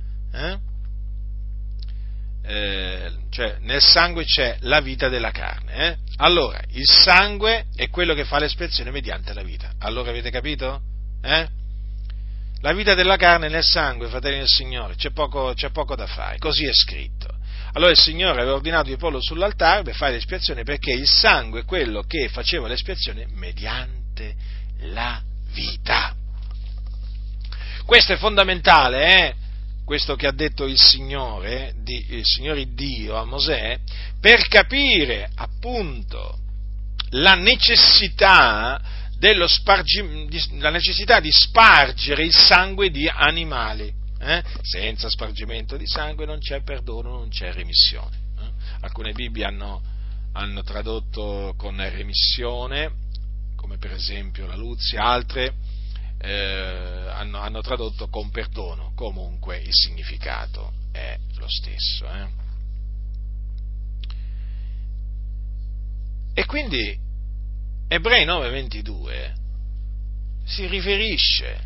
cioè nel sangue c'è la vita della carne. Allora, il sangue è quello che fa l'espiazione mediante la vita. Allora avete capito? La vita della carne è nel sangue, fratelli del Signore, c'è poco da fare, così è scritto. Allora il Signore aveva ordinato di porlo sull'altare per fare l'espiazione, perché il sangue è quello che faceva l'espiazione mediante la vita. Questo è fondamentale, questo che ha detto il Signore Dio a Mosè, per capire appunto la necessità di spargere il sangue di animali. Senza spargimento di sangue non c'è perdono, non c'è remissione. Alcune Bibbie hanno tradotto con remissione, come per esempio la Luzia, altre hanno tradotto con perdono. Comunque il significato è lo stesso. E quindi Ebrei 9:22 si riferisce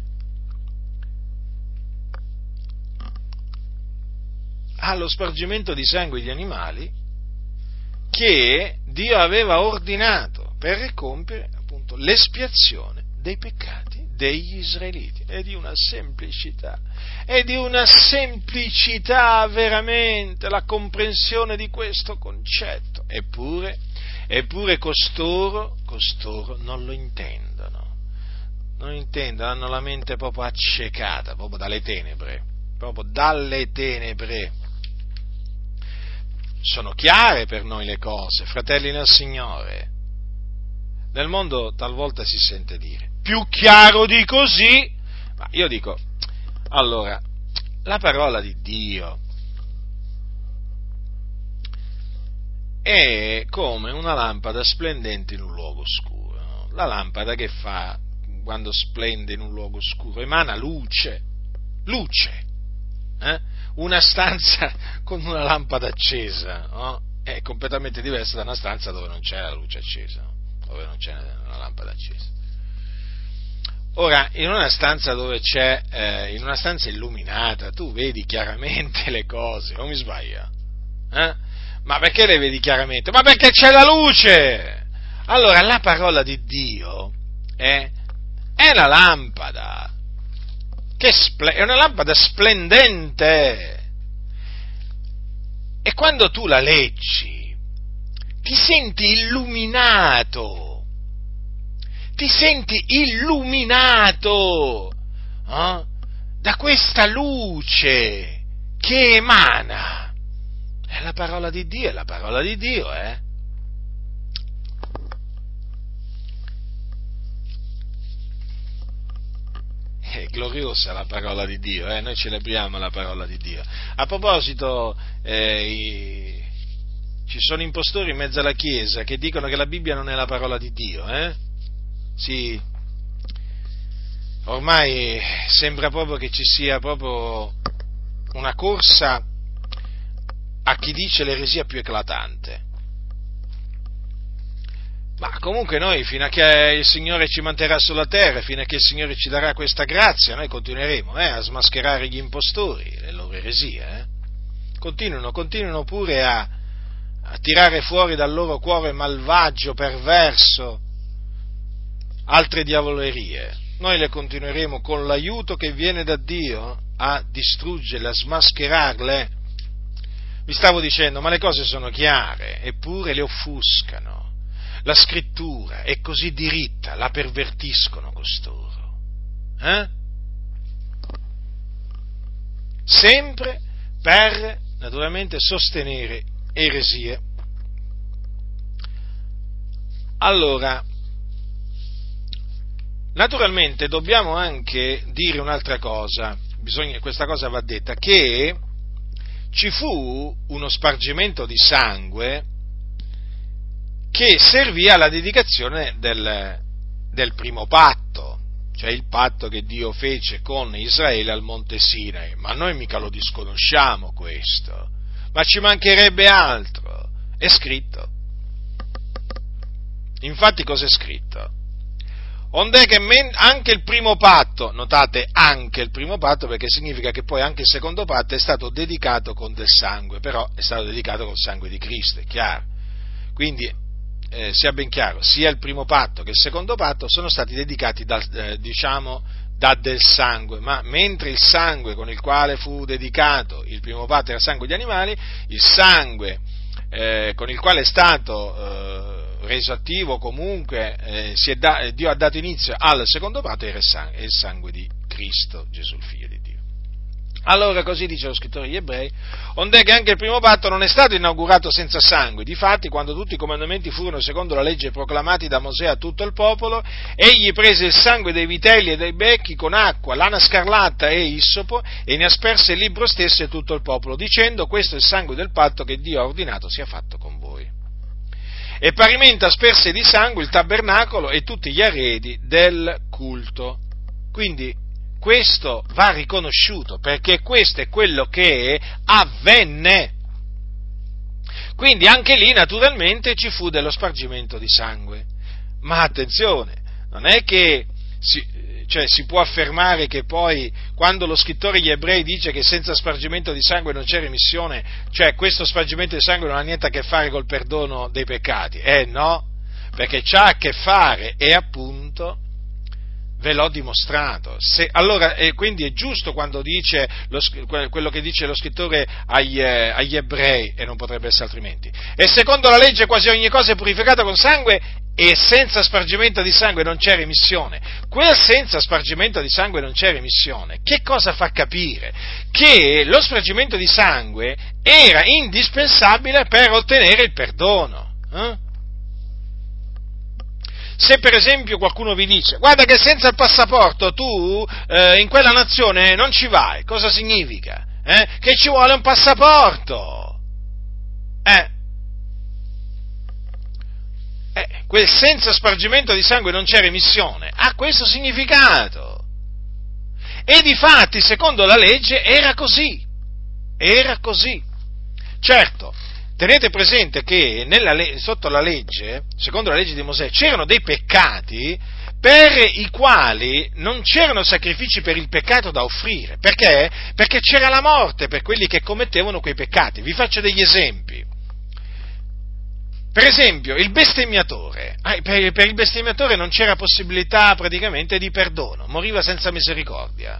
allo spargimento di sangue di animali che Dio aveva ordinato per compiere appunto l'espiazione dei peccati degli israeliti. È di una semplicità veramente la comprensione di questo concetto. Eppure costoro non lo intendono, hanno la mente proprio accecata, proprio dalle tenebre. Sono chiare per noi le cose, fratelli nel Signore. Nel mondo talvolta si sente dire, più chiaro di così, ma io dico, allora, la parola di Dio è come una lampada splendente in un luogo scuro, no? La lampada che fa quando splende in un luogo scuro? Emana luce. Una stanza con una lampada accesa, no? È completamente diversa da una stanza dove non c'è la luce accesa, no? Dove non c'è una lampada accesa. Ora, in una stanza in una stanza illuminata, tu vedi chiaramente le cose, o mi sbaglio? Ma perché le vedi chiaramente? Ma perché c'è la luce! Allora, la parola di Dio è la lampada, è una lampada splendente, e quando tu la leggi ti senti illuminato, da questa luce che emana. È la parola di Dio, È gloriosa la parola di Dio, Noi celebriamo la parola di Dio. A proposito, ci sono impostori in mezzo alla Chiesa che dicono che la Bibbia non è la parola di Dio, Sì. Ormai sembra proprio che ci sia proprio una corsa a chi dice l'eresia più eclatante. Ma comunque noi, fino a che il Signore ci manterrà sulla terra, fino a che il Signore ci darà questa grazia, noi continueremo a smascherare gli impostori, le loro eresie. Continuino pure a tirare fuori dal loro cuore malvagio, perverso, altre diavolerie, noi le continueremo con l'aiuto che viene da Dio a distruggerle, a smascherarle. Vi stavo dicendo, ma le cose sono chiare, eppure le offuscano. La scrittura è così diritta, la pervertiscono costoro. Sempre per, naturalmente, sostenere eresie. Allora, naturalmente dobbiamo anche dire un'altra cosa, questa cosa va detta, che ci fu uno spargimento di sangue che servì alla dedicazione del primo patto, cioè il patto che Dio fece con Israele al Monte Sinai, ma noi mica lo disconosciamo questo, ma ci mancherebbe altro, è scritto. Infatti cos'è scritto? Ond'è che anche il primo patto, notate anche il primo patto perché significa che poi anche il secondo patto è stato dedicato con del sangue, però è stato dedicato col sangue di Cristo, è chiaro. Quindi sia ben chiaro, sia il primo patto che il secondo patto sono stati dedicati da del sangue, ma mentre il sangue con il quale fu dedicato il primo patto era sangue di animali, il sangue con il quale è stato reso attivo comunque, Dio ha dato inizio al secondo patto, era il sangue di Cristo Gesù, il Figlio di Dio. Allora così dice lo scrittore agli Ebrei, ond'è che anche il primo patto non è stato inaugurato senza sangue. Difatti, quando tutti i comandamenti furono secondo la legge proclamati da Mosè a tutto il popolo, egli prese il sangue dei vitelli e dei becchi con acqua, lana scarlatta e issopo e ne asperse il libro stesso e tutto il popolo, dicendo: questo è il sangue del patto che Dio ha ordinato sia fatto con voi. E parimenti asperse di sangue il tabernacolo e tutti gli arredi del culto. Quindi questo va riconosciuto, perché questo è quello che avvenne. Quindi anche lì naturalmente ci fu dello spargimento di sangue. Ma attenzione, non è che si può affermare che poi, quando lo scrittore agli Ebrei dice che senza spargimento di sangue non c'è remissione, cioè questo spargimento di sangue non ha niente a che fare col perdono dei peccati. No, perché c'ha a che fare, e appunto ve l'ho dimostrato. Quindi è giusto quando dice quello che dice lo scrittore agli Ebrei, e non potrebbe essere altrimenti. E secondo la legge quasi ogni cosa è purificata con sangue, e senza spargimento di sangue non c'è remissione. Quel senza spargimento di sangue non c'è remissione, che cosa fa capire? Che lo spargimento di sangue era indispensabile per ottenere il perdono. Se per esempio qualcuno vi dice: guarda che senza il passaporto tu in quella nazione non ci vai, cosa significa? Che ci vuole un passaporto. Quel senza spargimento di sangue non c'è remissione, ha questo significato. E difatti, secondo la legge, era così. Certo, tenete presente che sotto la legge, secondo la legge di Mosè, c'erano dei peccati per i quali non c'erano sacrifici per il peccato da offrire. Perché? Perché c'era la morte per quelli che commettevano quei peccati. Vi faccio degli esempi. Per esempio, il bestemmiatore. Per il bestemmiatore non c'era possibilità praticamente di perdono, moriva senza misericordia.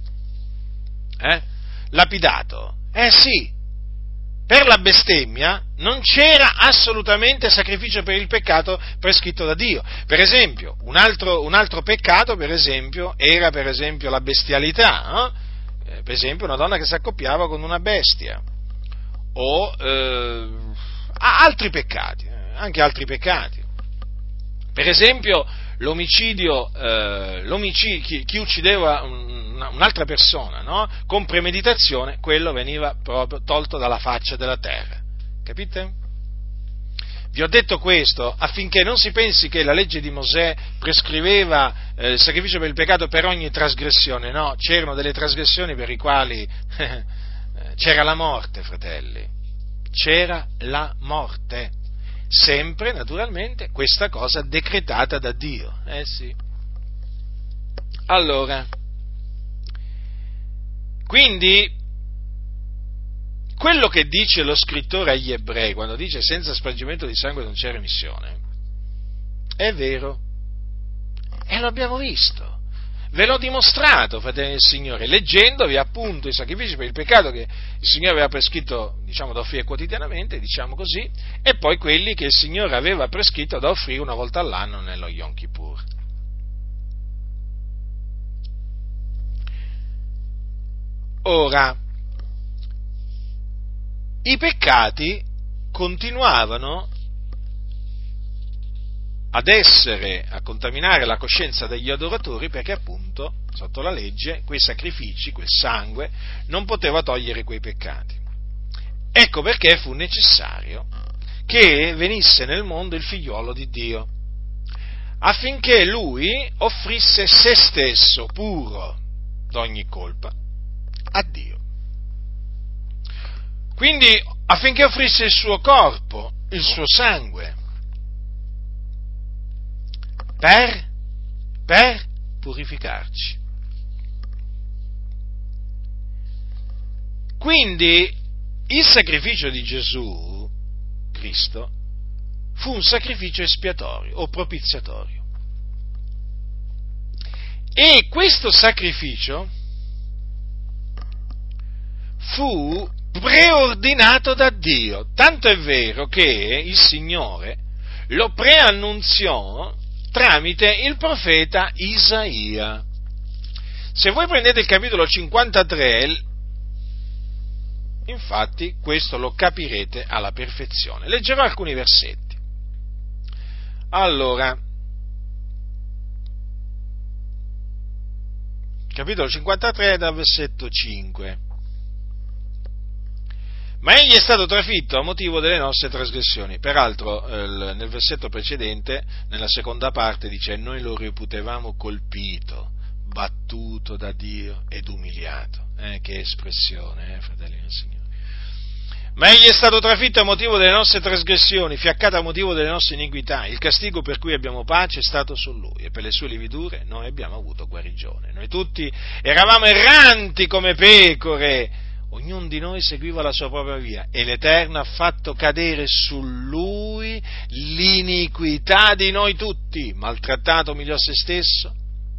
Lapidato. Sì. Per la bestemmia non c'era assolutamente sacrificio per il peccato prescritto da Dio. Per esempio, un altro peccato, per esempio, era per esempio la bestialità, per esempio una donna che si accoppiava con una bestia, o altri peccati, anche altri peccati. Per esempio l'omicidio, chi uccideva un'altra persona, no? Con premeditazione, quello veniva proprio tolto dalla faccia della terra. Capite? Vi ho detto questo affinché non si pensi che la legge di Mosè prescriveva il sacrificio per il peccato per ogni trasgressione, no, c'erano delle trasgressioni per i quali c'era la morte, fratelli, c'era la morte, sempre naturalmente questa cosa decretata da Dio, sì. Allora, quindi, quello che dice lo scrittore agli Ebrei, quando dice senza spargimento di sangue non c'è remissione, è vero. E lo abbiamo visto. Ve l'ho dimostrato, fratelli del Signore, leggendovi appunto i sacrifici per il peccato che il Signore aveva prescritto, da offrire quotidianamente, così, e poi quelli che il Signore aveva prescritto da offrire una volta all'anno nello Yom Kippur. Ora, i peccati continuavano a contaminare la coscienza degli adoratori, perché appunto, sotto la legge, quei sacrifici, quel sangue, non poteva togliere quei peccati. Ecco perché fu necessario che venisse nel mondo il figliuolo di Dio, affinché lui offrisse se stesso, puro d'ogni colpa, a Dio. Quindi, affinché offrisse il suo corpo, il suo sangue, per purificarci. Quindi il sacrificio di Gesù Cristo fu un sacrificio espiatorio o propiziatorio. E questo sacrificio fu preordinato da Dio, tanto è vero che il Signore lo preannunziò tramite il profeta Isaia. Se voi prendete il capitolo 53, infatti questo lo capirete alla perfezione. Leggerò alcuni versetti. Allora, capitolo 53 dal versetto 5. Ma egli è stato trafitto a motivo delle nostre trasgressioni. Peraltro, nel versetto precedente, nella seconda parte, dice: noi lo reputevamo colpito, battuto da Dio ed umiliato. Che espressione, fratelli del Signore. Ma egli è stato trafitto a motivo delle nostre trasgressioni, fiaccato a motivo delle nostre iniquità. Il castigo per cui abbiamo pace è stato su lui, e per le sue lividure noi abbiamo avuto guarigione. Noi tutti eravamo erranti come pecore, ognuno di noi seguiva la sua propria via, e l'Eterno ha fatto cadere su lui l'iniquità di noi tutti. Maltrattato umiliò se stesso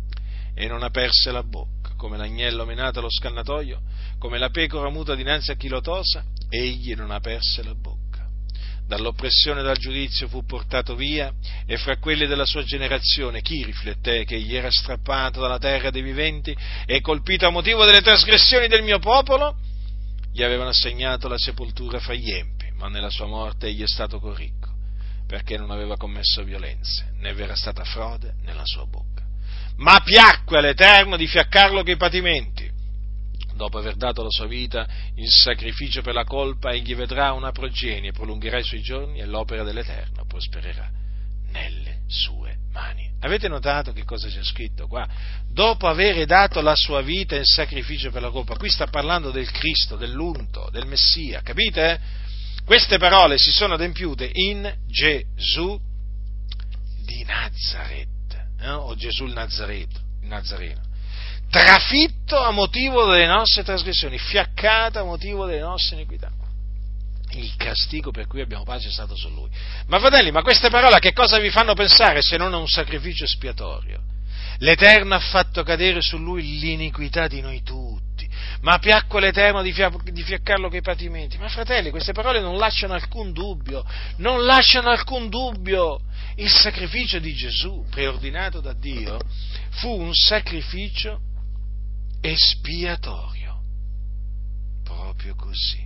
e non aperse la bocca, come l'agnello menato allo scannatoio, come la pecora muta dinanzi a chi lo tosa, egli non aperse la bocca. Dall'oppressione e dal giudizio fu portato via, e fra quelli della sua generazione chi rifletté che egli era strappato dalla terra dei viventi e colpito a motivo delle trasgressioni del mio popolo? Gli avevano assegnato la sepoltura fra gli empi, ma nella sua morte egli è stato coricco, perché non aveva commesso violenze, né v'era stata frode nella sua bocca. Ma piacque all'Eterno di fiaccarlo coi patimenti. Dopo aver dato la sua vita in sacrificio per la colpa, egli vedrà una progenie, prolungherà i suoi giorni, e l'opera dell'Eterno prospererà nelle sue mani. Avete notato che cosa c'è scritto qua? Dopo aver dato la sua vita in sacrificio per la colpa. Qui sta parlando del Cristo, dell'unto, del Messia, capite? Queste parole si sono adempiute in Gesù di Nazaret, o Gesù il Nazareno, trafitto a motivo delle nostre trasgressioni, fiaccato a motivo delle nostre iniquità. Il castigo per cui abbiamo pace è stato su lui. Ma fratelli, ma queste parole a che cosa vi fanno pensare se non a un sacrificio espiatorio? L'Eterno ha fatto cadere su lui l'iniquità di noi tutti, ma piacque l'Eterno di fiaccarlo coi patimenti. Ma fratelli, queste parole non lasciano alcun dubbio. Il sacrificio di Gesù, preordinato da Dio, fu un sacrificio espiatorio. Proprio così.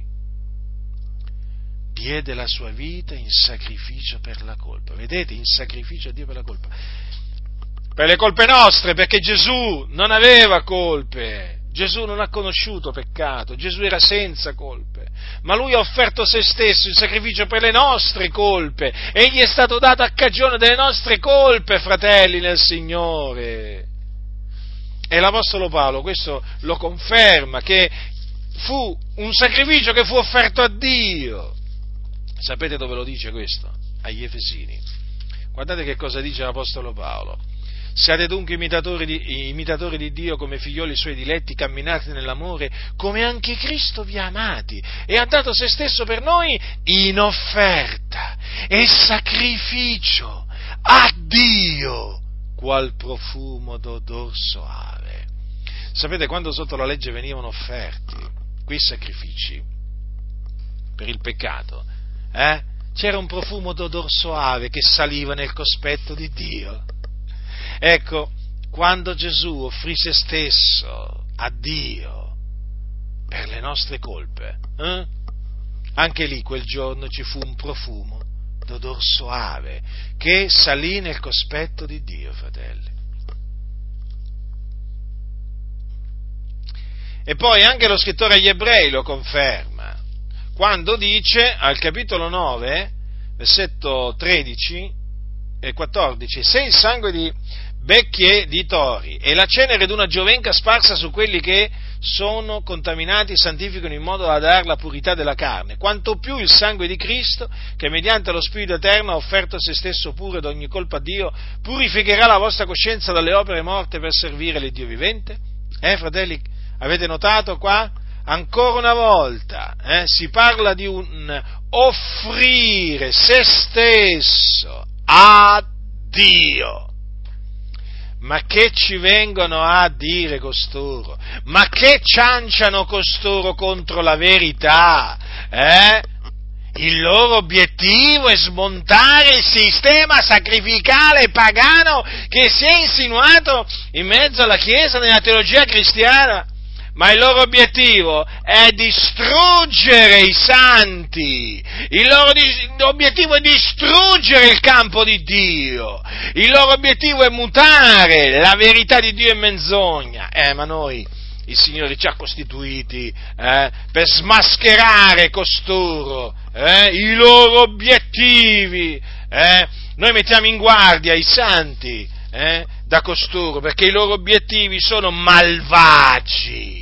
Diede la sua vita in sacrificio per la colpa. Vedete, in sacrificio a Dio per la colpa. Per le colpe nostre, perché Gesù non aveva colpe. Gesù non ha conosciuto peccato, Gesù era senza colpe, ma Lui ha offerto se stesso in sacrificio per le nostre colpe. Egli è stato dato a cagione delle nostre colpe, fratelli nel Signore. E l'Apostolo Paolo questo lo conferma, che fu un sacrificio che fu offerto a Dio. Sapete dove lo dice questo? Agli Efesini. Guardate che cosa dice l'Apostolo Paolo. Siate dunque imitatori di Dio come figlioli suoi diletti, camminate nell'amore, come anche Cristo vi ha amati e ha dato se stesso per noi in offerta e sacrificio a Dio qual profumo d'odor soave. Sapete, quando sotto la legge venivano offerti quei sacrifici per il peccato, c'era un profumo d'odor soave che saliva nel cospetto di Dio. Ecco, quando Gesù offrì se stesso a Dio per le nostre colpe, anche lì quel giorno ci fu un profumo d'odor soave che salì nel cospetto di Dio, fratelli. E poi anche lo scrittore agli Ebrei lo conferma, quando dice al capitolo 9, versetto 13 e 14, se il sangue di becchi e di tori e la cenere d'una giovenca sparsa su quelli che sono contaminati santificano in modo da dar la purità della carne, quanto più il sangue di Cristo, che mediante lo Spirito Eterno ha offerto se stesso pure da ogni colpa a Dio, purificherà la vostra coscienza dalle opere morte per servire l'Iddio vivente? Fratelli, avete notato qua? Ancora una volta si parla di un offrire se stesso a Dio. Ma che ci vengono a dire costoro? Ma che cianciano costoro contro la verità? Il loro obiettivo è smontare il sistema sacrificale pagano che si è insinuato in mezzo alla Chiesa nella teologia cristiana. Ma il loro obiettivo è distruggere i santi, il loro obiettivo è distruggere il campo di Dio, il loro obiettivo è mutare la verità di Dio in menzogna. Ma noi, il Signore ci ha costituiti per smascherare costoro, i loro obiettivi. Noi mettiamo in guardia i santi da costoro, perché i loro obiettivi sono malvagi.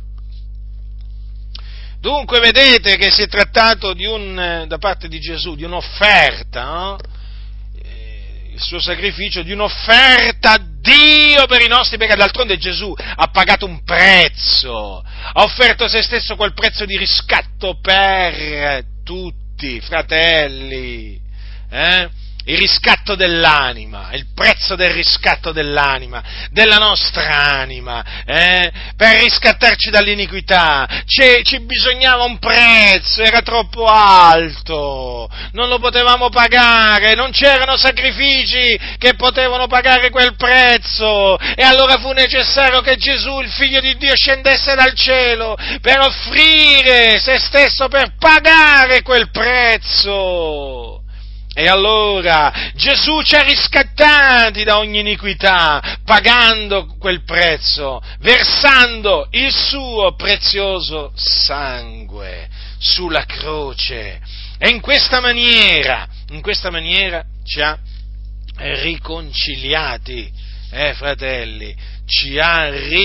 Dunque vedete che si è trattato da parte di Gesù, di un'offerta, no? Il suo sacrificio, di un'offerta a Dio per i nostri peccati. D'altronde Gesù ha pagato un prezzo, ha offerto se stesso quel prezzo di riscatto per tutti, fratelli, il riscatto dell'anima, il prezzo del riscatto dell'anima, della nostra anima, per riscattarci dall'iniquità, ci bisognava un prezzo, era troppo alto, non lo potevamo pagare, non c'erano sacrifici che potevano pagare quel prezzo, e allora fu necessario che Gesù, il Figlio di Dio, scendesse dal cielo per offrire se stesso, per pagare quel prezzo. E allora Gesù ci ha riscattati da ogni iniquità, pagando quel prezzo, versando il suo prezioso sangue sulla croce. E in questa maniera ci ha riconciliati, fratelli, ci ha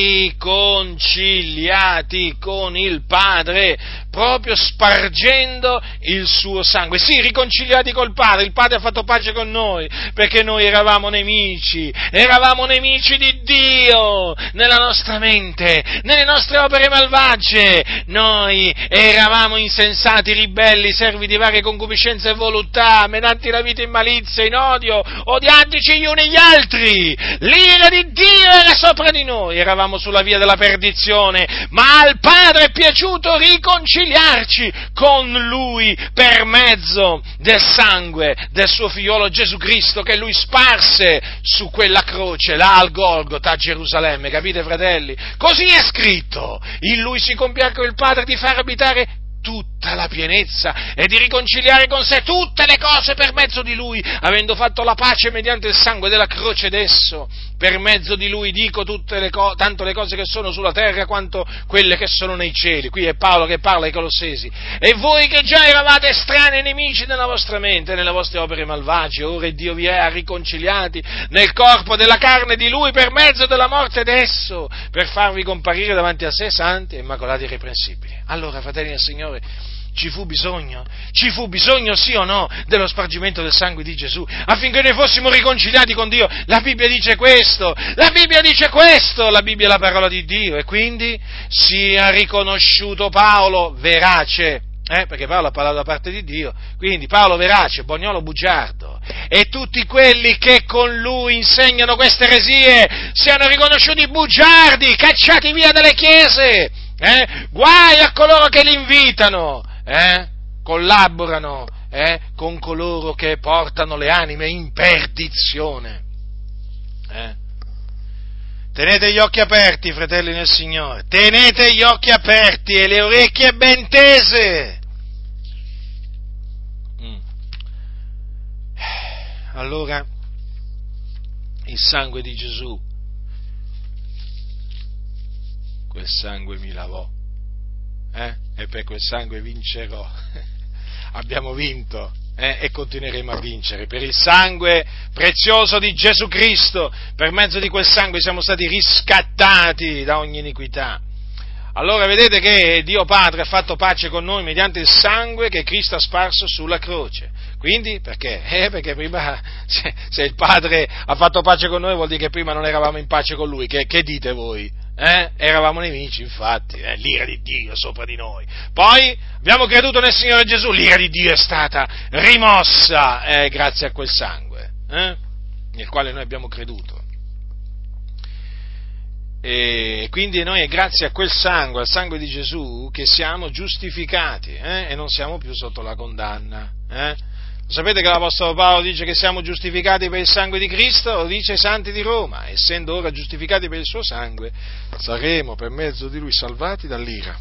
riconciliati con il Padre, proprio spargendo il suo sangue. Sì, riconciliati col Padre, il Padre ha fatto pace con noi, perché noi eravamo nemici di Dio, nella nostra mente, nelle nostre opere malvagie, noi eravamo insensati, ribelli, servi di varie concupiscenze e voluttà, menanti la vita in malizia, in odio, odiantici gli uni gli altri, l'ira di Dio era sopra di noi, eravamo sulla via della perdizione, ma al Padre è piaciuto riconciliarci con Lui per mezzo del sangue del suo figliolo Gesù Cristo, che Lui sparse su quella croce, là al Golgota, a Gerusalemme, capite, fratelli? Così è scritto: in Lui si compiacque il Padre di far abitare tutta la pienezza e di riconciliare con sé tutte le cose per mezzo di Lui, avendo fatto la pace mediante il sangue della croce d'esso. Per mezzo di Lui dico tutte tanto le cose che sono sulla terra quanto quelle che sono nei cieli. Qui è Paolo che parla ai Colossesi. E voi che già eravate estranei e nemici nella vostra mente, nelle vostre opere malvagie, ora Dio vi ha riconciliati nel corpo della carne di Lui per mezzo della morte d'esso, per farvi comparire davanti a sé santi e immacolati e irreprensibili. Allora, fratelli del Signore, ci fu bisogno, sì o no, dello spargimento del sangue di Gesù, affinché noi fossimo riconciliati con Dio. La Bibbia dice questo, la Bibbia è la parola di Dio, e quindi sia riconosciuto Paolo verace Perché Paolo ha parlato da parte di Dio, quindi Paolo verace, Bognolo bugiardo, e tutti quelli che con lui insegnano queste eresie siano riconosciuti bugiardi, cacciati via dalle chiese, guai a coloro che li invitano, collaborano con coloro che portano le anime in perdizione. Tenete gli occhi aperti, fratelli nel Signore, tenete gli occhi aperti e le orecchie ben tese. Allora, il sangue di Gesù, quel sangue mi lavò, e per quel sangue vincerò. Abbiamo vinto, e continueremo a vincere per il sangue prezioso di Gesù Cristo. Per mezzo di quel sangue siamo stati riscattati da ogni iniquità. Allora vedete che Dio Padre ha fatto pace con noi mediante il sangue che Cristo ha sparso sulla croce. Quindi, perché? Perché prima, se il Padre ha fatto pace con noi, vuol dire che prima non eravamo in pace con Lui. Che dite voi? Eravamo nemici, infatti, l'ira di Dio sopra di noi. Poi abbiamo creduto nel Signore Gesù, l'ira di Dio è stata rimossa grazie a quel sangue, nel quale noi abbiamo creduto. E quindi noi è grazie a quel sangue, al sangue di Gesù, che siamo giustificati e non siamo più sotto la condanna. Sapete che l'Apostolo Paolo dice che siamo giustificati per il sangue di Cristo? Lo dice ai santi di Roma: essendo ora giustificati per il suo sangue, saremo per mezzo di lui salvati dall'ira.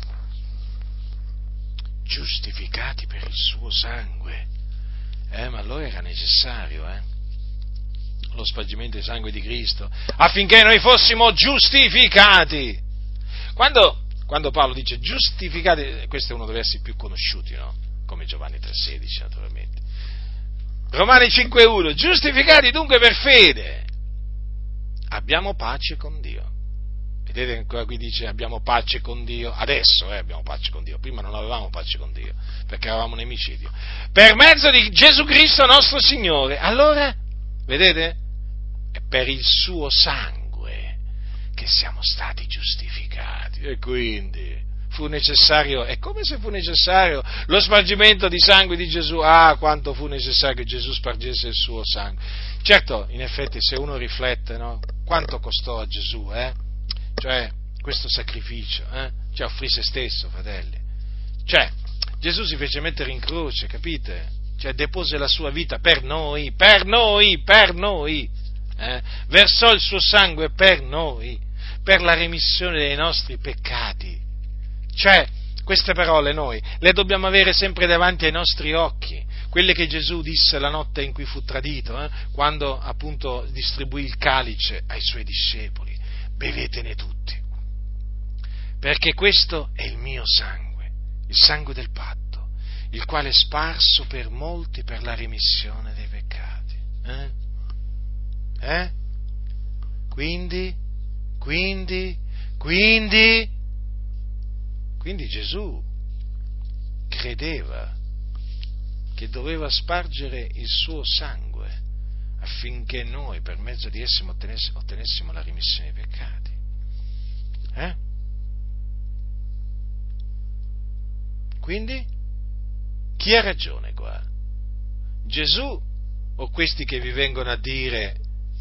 Giustificati per il suo sangue. Ma allora era necessario, lo spargimento del sangue di Cristo, affinché noi fossimo giustificati. Quando Paolo dice giustificati, questo è uno dei versi più conosciuti, no? Come Giovanni 3,16, naturalmente. Romani 5,1, giustificati dunque per fede, abbiamo pace con Dio. Vedete ancora qui dice abbiamo pace con Dio, adesso abbiamo pace con Dio, prima non avevamo pace con Dio, perché eravamo nemici di Dio. Per mezzo di Gesù Cristo nostro Signore. Allora, vedete? È per il suo sangue che siamo stati giustificati, e quindi fu necessario, è come se fu necessario lo spargimento di sangue di Gesù. Quanto fu necessario che Gesù spargesse il suo sangue. Certo, in effetti, se uno riflette, no? Quanto costò a Gesù, cioè, questo sacrificio, cioè offrì se stesso, fratelli. Cioè, Gesù si fece mettere in croce, capite? Cioè, depose la sua vita per noi, versò il suo sangue per noi, per la remissione dei nostri peccati. Cioè, queste parole noi le dobbiamo avere sempre davanti ai nostri occhi, quelle che Gesù disse la notte in cui fu tradito, quando appunto distribuì il calice ai suoi discepoli: bevetene tutti, perché questo è il mio sangue, il sangue del patto, il quale è sparso per molti per la remissione dei peccati. Quindi Gesù credeva che doveva spargere il suo sangue affinché noi, per mezzo di esso, ottenessimo la remissione dei peccati. Quindi, chi ha ragione qua? Gesù o questi che vi vengono a dire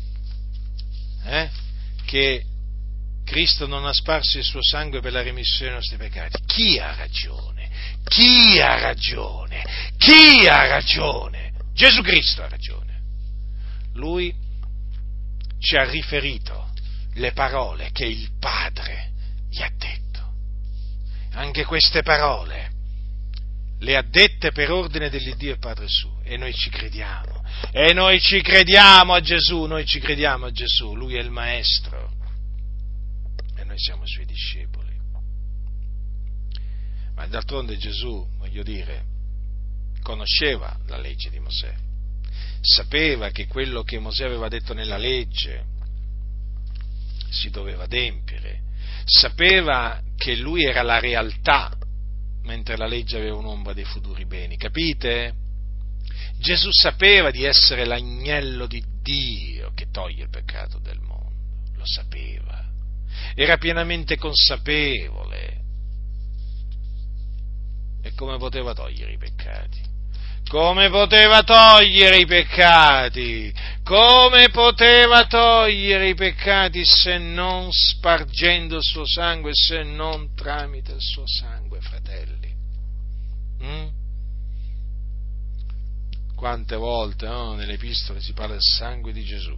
che Cristo non ha sparso il suo sangue per la remissione dei nostri peccati? Chi ha ragione? Chi ha ragione? Chi ha ragione? Gesù Cristo ha ragione. Lui ci ha riferito le parole che il Padre gli ha detto. Anche queste parole le ha dette per ordine dell'Iddio e Padre suo, e noi ci crediamo. E noi ci crediamo a Gesù, Lui è il Maestro. Noi siamo suoi discepoli. Ma d'altronde Gesù, conosceva la legge di Mosè, sapeva che quello che Mosè aveva detto nella legge si doveva adempiere, sapeva che lui era la realtà, mentre la legge aveva un'ombra dei futuri beni, capite? Gesù sapeva di essere l'agnello di Dio che toglie il peccato del mondo, lo sapeva. Era pienamente consapevole E come poteva togliere i peccati? Come poteva togliere i peccati? Come poteva togliere i peccati se non spargendo il suo sangue, se non tramite il suo sangue, fratelli? Quante volte, no, nelle epistole si parla del sangue di Gesù.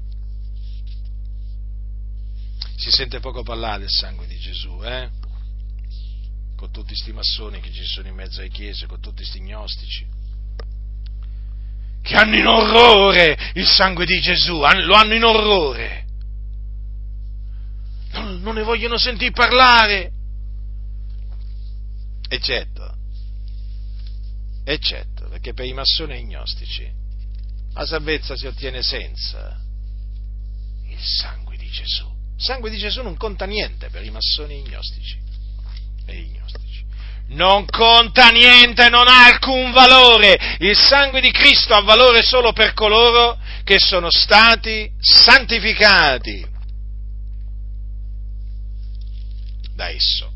Si sente poco parlare del sangue di Gesù, con tutti sti massoni che ci sono in mezzo alle chiese, con tutti sti gnostici, che hanno in orrore il sangue di Gesù, lo hanno in orrore, non ne vogliono sentire parlare, eccetto, perché per i massoni e i gnostici la salvezza si ottiene senza il sangue di Gesù. Il sangue di Gesù non conta niente per i massoni e i gnostici. Non conta niente, non ha alcun valore. Il sangue di Cristo ha valore solo per coloro che sono stati santificati da esso.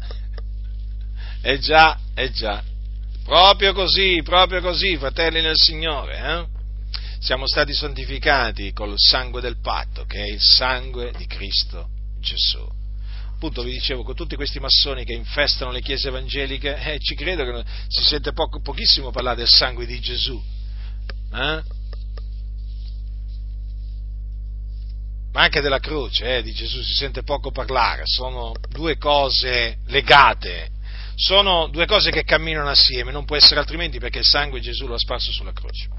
già, proprio così, fratelli nel Signore, Siamo stati santificati col sangue del patto, che è il sangue di Cristo Gesù. Appunto vi dicevo, con tutti questi massoni che infestano le chiese evangeliche, ci credo che si sente pochissimo parlare del sangue di Gesù, ma anche della croce di Gesù si sente poco parlare. Sono due cose legate, sono due cose che camminano assieme, non può essere altrimenti, perché il sangue Gesù lo ha sparso sulla croce.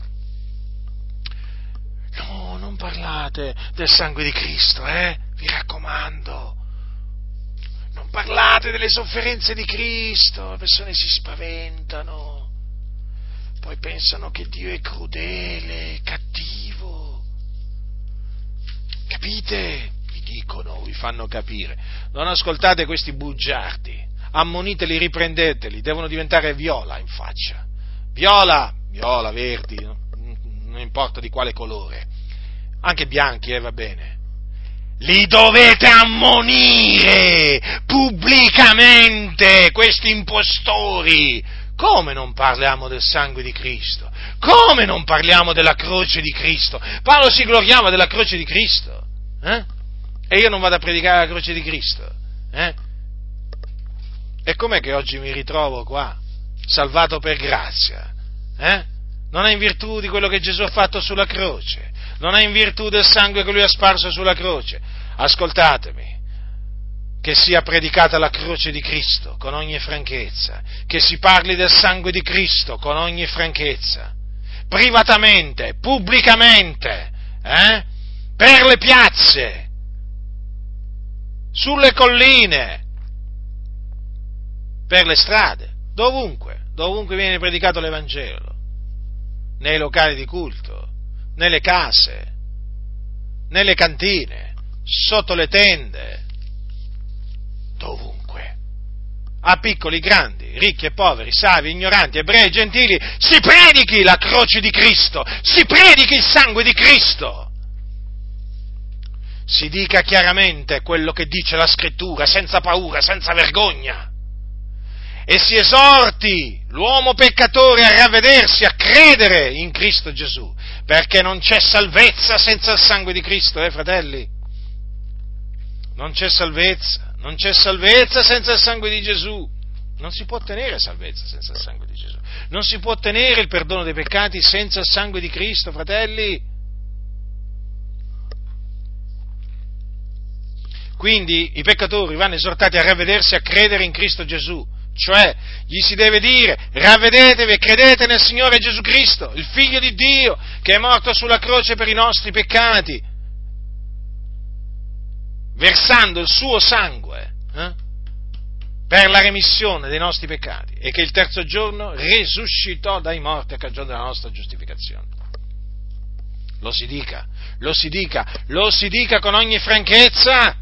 No, non parlate del sangue di Cristo, vi raccomando. Non parlate delle sofferenze di Cristo, le persone si spaventano, poi pensano che Dio è crudele, cattivo. Capite? Vi dicono, vi fanno capire. Non ascoltate questi bugiardi, ammoniteli, riprendeteli, devono diventare viola in faccia. Viola, verdi, non importa di quale colore, anche bianchi, va bene. Li dovete ammonire pubblicamente, questi impostori. Come non parliamo del sangue di Cristo? Come non parliamo della croce di Cristo? Paolo si gloriava della croce di Cristo, E io non vado a predicare la croce di Cristo, E com'è che oggi mi ritrovo qua, salvato per grazia, Non è in virtù di quello che Gesù ha fatto sulla croce, non è in virtù del sangue che Lui ha sparso sulla croce. Ascoltatemi, che sia predicata la croce di Cristo con ogni franchezza, che si parli del sangue di Cristo con ogni franchezza, privatamente, pubblicamente, per le piazze, sulle colline, per le strade, dovunque viene predicato l'Evangelo, nei locali di culto, nelle case, nelle cantine, sotto le tende, dovunque, a piccoli, grandi, ricchi e poveri, savi, ignoranti, ebrei, gentili, si predichi la croce di Cristo, si predichi il sangue di Cristo, si dica chiaramente quello che dice la Scrittura, senza paura, senza vergogna, e si esorti l'uomo peccatore a ravvedersi, a credere in Cristo Gesù, perché non c'è salvezza senza il sangue di Cristo, fratelli? Non c'è salvezza senza il sangue di Gesù. Non si può ottenere salvezza senza il sangue di Gesù. Non si può ottenere il perdono dei peccati senza il sangue di Cristo, fratelli. Quindi i peccatori vanno esortati a ravvedersi, a credere in Cristo Gesù. Cioè, gli si deve dire: ravvedetevi e credete nel Signore Gesù Cristo, il Figlio di Dio, che è morto sulla croce per i nostri peccati, versando il suo sangue per la remissione dei nostri peccati, e che il terzo giorno risuscitò dai morti a cagione della nostra giustificazione. Lo si dica con ogni franchezza.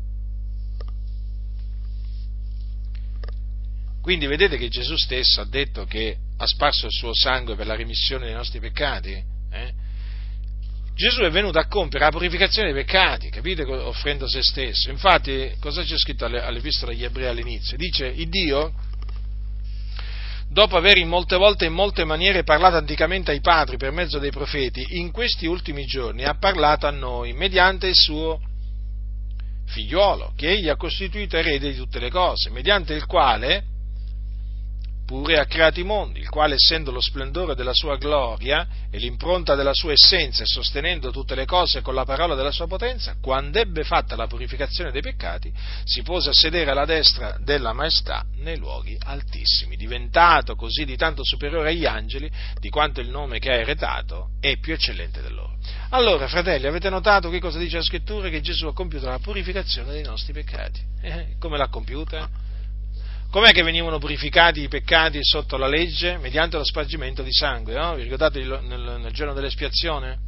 Quindi vedete che Gesù stesso ha detto che ha sparso il suo sangue per la remissione dei nostri peccati? Gesù è venuto a compiere la purificazione dei peccati, capite? Offrendo se stesso. Infatti, cosa c'è scritto all'Epistola agli Ebrei all'inizio? Dice: il Dio dopo aver in molte volte e in molte maniere parlato anticamente ai padri per mezzo dei profeti, in questi ultimi giorni ha parlato a noi mediante il suo figliuolo, che egli ha costituito erede di tutte le cose, mediante il quale pure ha creato i mondi, il quale, essendo lo splendore della sua gloria e l'impronta della sua essenza, e sostenendo tutte le cose con la parola della sua potenza, quando ebbe fatta la purificazione dei peccati, si pose a sedere alla destra della maestà nei luoghi altissimi, diventato così di tanto superiore agli angeli, di quanto il nome che ha eredato è più eccellente del loro. Allora, fratelli, avete notato che cosa dice la Scrittura? Che Gesù ha compiuto la purificazione dei nostri peccati. Come l'ha compiuta? Com'è che venivano purificati i peccati sotto la legge? Mediante lo spargimento di sangue, no? Vi ricordate nel giorno dell'espiazione?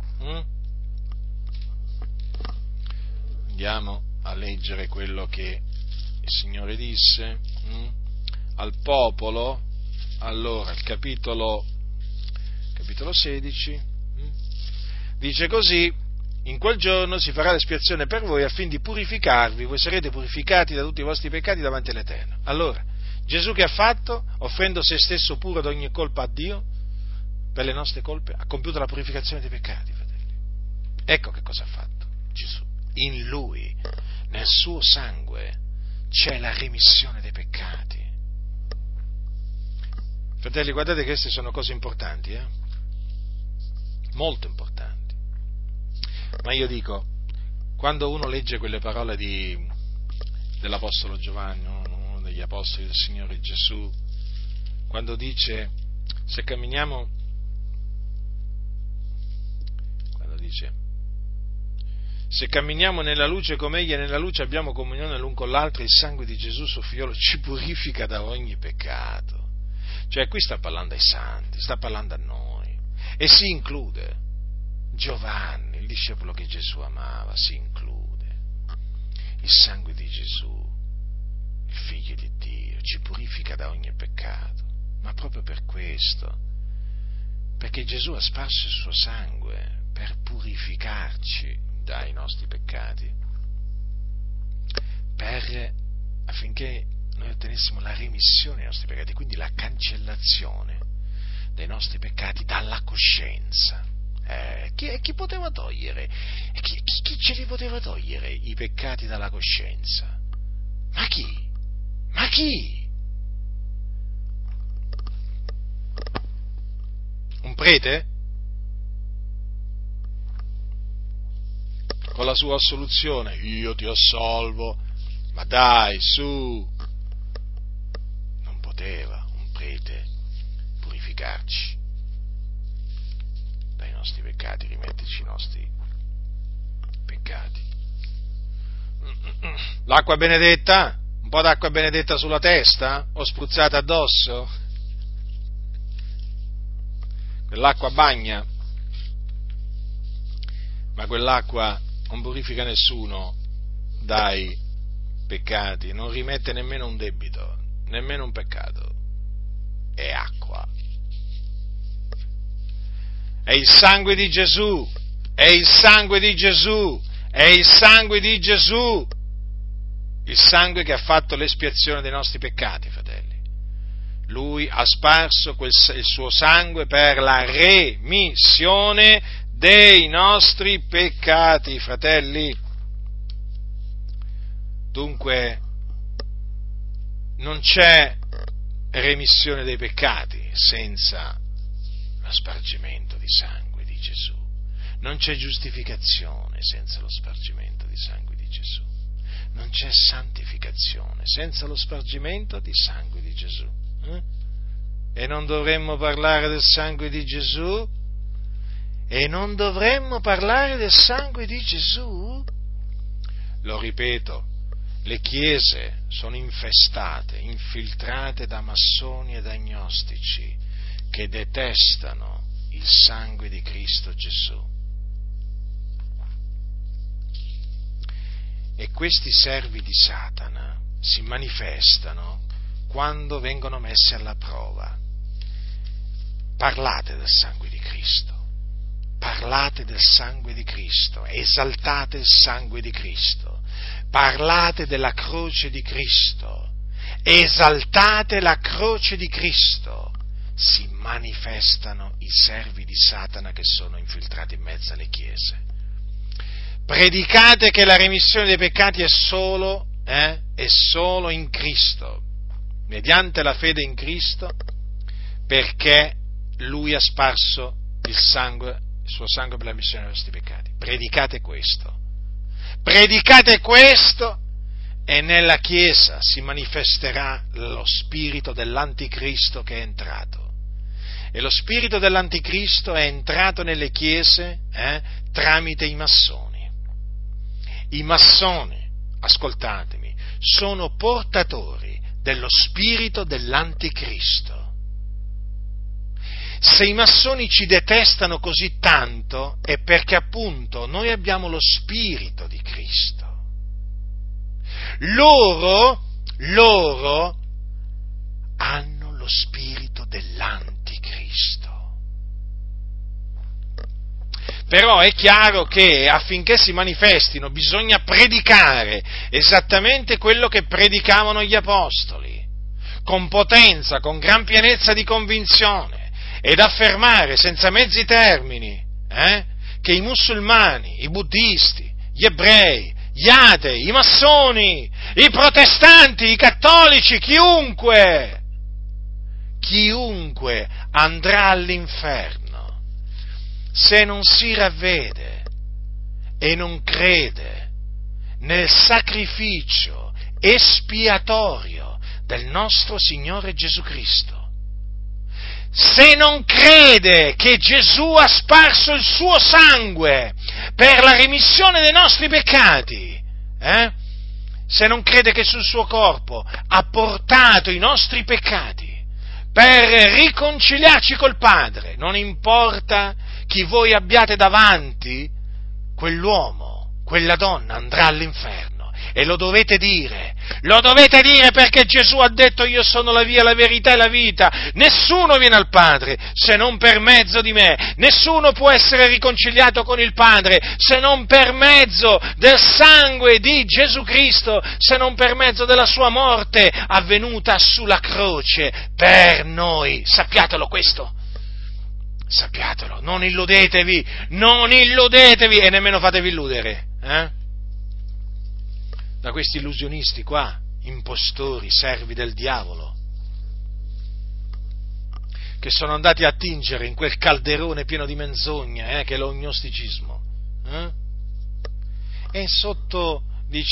Andiamo a leggere quello che il Signore disse al popolo. Allora, il capitolo 16, dice così: in quel giorno si farà l'espiazione per voi affin di purificarvi, voi sarete purificati da tutti i vostri peccati davanti all'Eterno. Allora, Gesù che ha fatto? Offrendo se stesso puro da ogni colpa a Dio, per le nostre colpe, ha compiuto la purificazione dei peccati, fratelli. Ecco che cosa ha fatto Gesù. In Lui, nel suo sangue, c'è la remissione dei peccati. Fratelli, guardate che queste sono cose importanti, molto importanti. Ma io dico, quando uno legge quelle parole dell'Apostolo Giovanni, uno degli Apostoli del Signore Gesù, quando dice, se camminiamo nella luce come Egli è nella luce, abbiamo comunione l'un con l'altro, il sangue di Gesù, suo figliolo, ci purifica da ogni peccato. Cioè, qui sta parlando ai santi, sta parlando a noi, e si include Giovanni, il discepolo che Gesù amava, si include. Il sangue di Gesù, il Figlio di Dio, ci purifica da ogni peccato, ma proprio per questo, perché Gesù ha sparso il suo sangue per purificarci dai nostri peccati, affinché noi ottenessimo la remissione dei nostri peccati, quindi la cancellazione dei nostri peccati dalla coscienza. Chi poteva togliere? Chi ce li poteva togliere i peccati dalla coscienza? Ma chi? Ma chi? Un prete? Con la sua assoluzione, io ti assolvo, ma dai, su! Non poteva un prete purificarci dai nostri peccati, rimetterci i nostri peccati. L'acqua benedetta? Un po' d'acqua benedetta sulla testa? O spruzzata addosso? Quell'acqua bagna, ma quell'acqua non purifica nessuno dai peccati, non rimette nemmeno un debito, nemmeno un peccato. È acqua. È il sangue di Gesù, è il sangue di Gesù, è il sangue di Gesù, il sangue che ha fatto l'espiazione dei nostri peccati, fratelli. Lui ha sparso il suo sangue per la remissione dei nostri peccati, fratelli. Dunque, non c'è remissione dei peccati senza lo spargimento di sangue di Gesù. Non c'è giustificazione senza lo spargimento di sangue di Gesù. Non c'è santificazione senza lo spargimento di sangue di Gesù. E non dovremmo parlare del sangue di Gesù? E non dovremmo parlare del sangue di Gesù? Lo ripeto, le chiese sono infestate, infiltrate da massoni ed agnostici che detestano il sangue di Cristo Gesù. E questi servi di Satana si manifestano quando vengono messi alla prova. Parlate del sangue di Cristo, parlate del sangue di Cristo, esaltate il sangue di Cristo, parlate della croce di Cristo, esaltate la croce di Cristo, si manifestano i servi di Satana che sono infiltrati in mezzo alle chiese. Predicate che la remissione dei peccati è solo in Cristo, mediante la fede in Cristo, perché Lui ha sparso il suo sangue per la remissione dei nostri peccati. Predicate questo e nella Chiesa si manifesterà lo spirito dell'anticristo che è entrato. E lo spirito dell'anticristo è entrato nelle chiese tramite i massoni. I massoni, ascoltatemi, sono portatori dello spirito dell'anticristo. Se i massoni ci detestano così tanto è perché appunto noi abbiamo lo spirito di Cristo. Loro hanno lo spirito dell'anticristo. Però è chiaro che affinché si manifestino bisogna predicare esattamente quello che predicavano gli apostoli, con potenza, con gran pienezza di convinzione, ed affermare senza mezzi termini che i musulmani, i buddisti, gli ebrei, gli atei, i massoni, i protestanti, i cattolici, chiunque andrà all'inferno se non si ravvede e non crede nel sacrificio espiatorio del nostro Signore Gesù Cristo. Se non crede che Gesù ha sparso il suo sangue per la remissione dei nostri peccati, se non crede che sul suo corpo ha portato i nostri peccati per riconciliarci col Padre, non importa chi voi abbiate davanti, quell'uomo, quella donna andrà all'inferno. E lo dovete dire perché Gesù ha detto: io sono la via, la verità e la vita, nessuno viene al Padre se non per mezzo di me, nessuno può essere riconciliato con il Padre se non per mezzo del sangue di Gesù Cristo, se non per mezzo della sua morte avvenuta sulla croce per noi. Sappiatelo questo. Sappiatelo, non illudetevi e nemmeno fatevi illudere, da questi illusionisti qua, impostori, servi del diavolo, che sono andati a tingere in quel calderone pieno di menzogna, che è lo gnosticismo, e sotto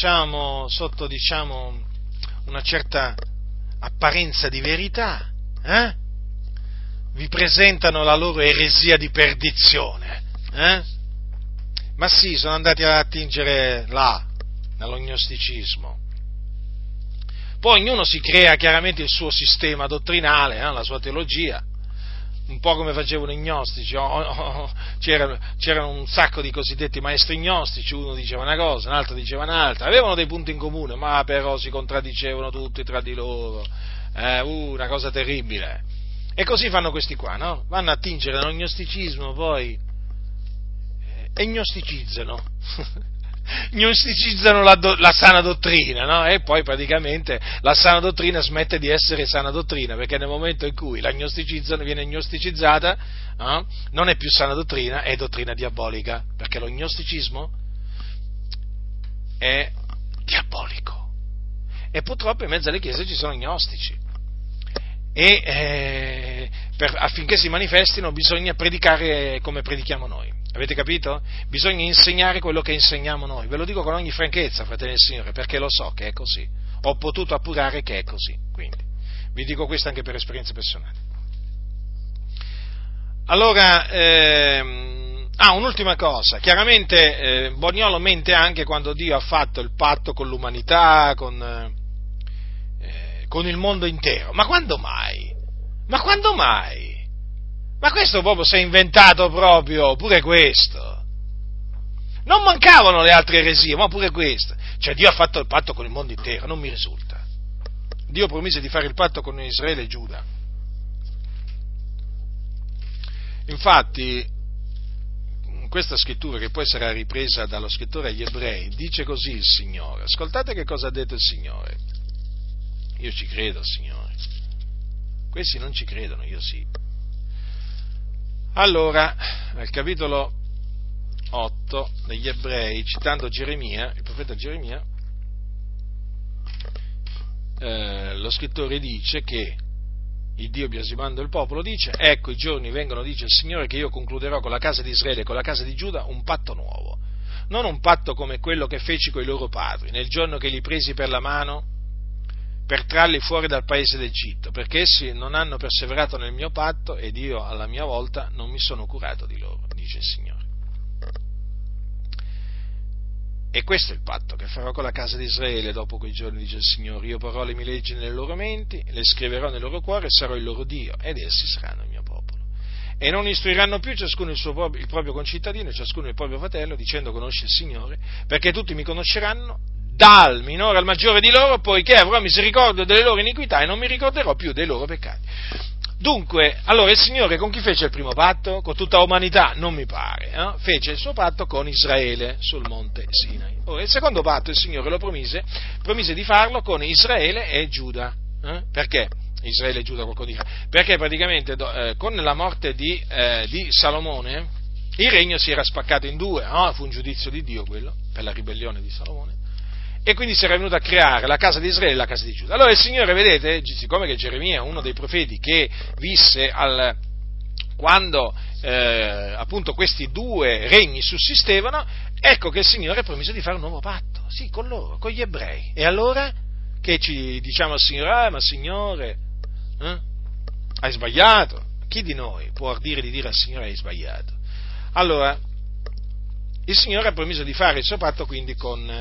una certa apparenza di verità, vi presentano la loro eresia di perdizione, ma sì, sono andati a attingere là, nello gnosticismo. Poi ognuno si crea chiaramente il suo sistema dottrinale, la sua teologia, un po' come facevano i gnostici. C'erano un sacco di cosiddetti maestri gnostici, uno diceva una cosa, un altro diceva un'altra, avevano dei punti in comune, ma però si contraddicevano tutti tra di loro, una cosa terribile. E così fanno questi qua, no? Vanno a tingere nello gnosticismo, poi e gnosticizzano. Gnosticizzano la sana dottrina, no? E poi praticamente la sana dottrina smette di essere sana dottrina, perché nel momento in cui la gnosticizzano, viene gnosticizzata, non è più sana dottrina, è dottrina diabolica, perché lo gnosticismo è diabolico. E purtroppo in mezzo alle chiese ci sono gnostici. E affinché si manifestino bisogna predicare come predichiamo noi. Avete capito? Bisogna insegnare quello che insegniamo noi. Ve lo dico con ogni franchezza, fratelli del Signore, perché lo so che è così. Ho potuto appurare che è così. Quindi vi dico questo anche per esperienza personale. Allora, un'ultima cosa. Chiaramente Boniolo mente anche quando Dio ha fatto il patto con l'umanità, con il mondo intero. Ma quando mai? Ma questo proprio si è inventato proprio, pure questo. Non mancavano le altre eresie, ma pure questa. Cioè Dio ha fatto il patto con il mondo intero, non mi risulta. Dio promise di fare il patto con Israele e Giuda. Infatti, questa scrittura, che poi sarà ripresa dallo scrittore agli Ebrei, dice così il Signore. Ascoltate che cosa ha detto il Signore. Io ci credo, Signore. Questi non ci credono, io sì. Allora, nel capitolo 8 degli Ebrei, citando Geremia, il profeta Geremia, lo scrittore dice che il Dio, biasimando il popolo, dice: ecco, i giorni vengono, dice il Signore, che io concluderò con la casa di Israele e con la casa di Giuda un patto nuovo, non un patto come quello che feci coi loro padri, nel giorno che li presi per la mano per trarli fuori dal paese d'Egitto, perché essi non hanno perseverato nel mio patto ed io alla mia volta non mi sono curato di loro, dice il Signore. E questo è il patto che farò con la casa di Israele dopo quei giorni, dice il Signore. Io porrò le mie leggi nelle loro menti, le scriverò nel loro cuore e sarò il loro Dio, ed essi saranno il mio popolo. E non istruiranno più ciascuno il proprio concittadino e ciascuno il proprio fratello, dicendo: conosci il Signore, perché tutti mi conosceranno, dal minore al maggiore di loro, poiché avrò misericordia delle loro iniquità e non mi ricorderò più dei loro peccati. Dunque, allora il Signore con chi fece il primo patto? Con tutta l'umanità? Non mi pare. Fece il suo patto con Israele sul monte Sinai. Ora, il secondo patto il Signore lo promise di farlo con Israele e Giuda. Perché? Israele e Giuda, qualcosa di perché praticamente con la morte di Salomone il regno si era spaccato in due, fu un giudizio di Dio quello, per la ribellione di Salomone. E quindi si era venuto a creare la casa di Israele e la casa di Giuda. Allora il Signore, vedete, siccome che Geremia è uno dei profeti che visse quando appunto questi due regni sussistevano, ecco che il Signore promise di fare un nuovo patto, sì, con loro, con gli ebrei. E allora che ci diciamo al Signore? Ma Signore, hai sbagliato? Chi di noi può ardire di dire al Signore hai sbagliato? Allora, il Signore ha promesso di fare il suo patto quindi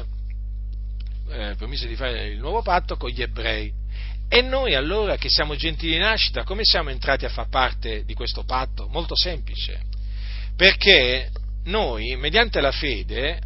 promise di fare il nuovo patto con gli ebrei. E noi allora, che siamo gentili di nascita, come siamo entrati a far parte di questo patto? Molto semplice, perché noi, mediante la fede,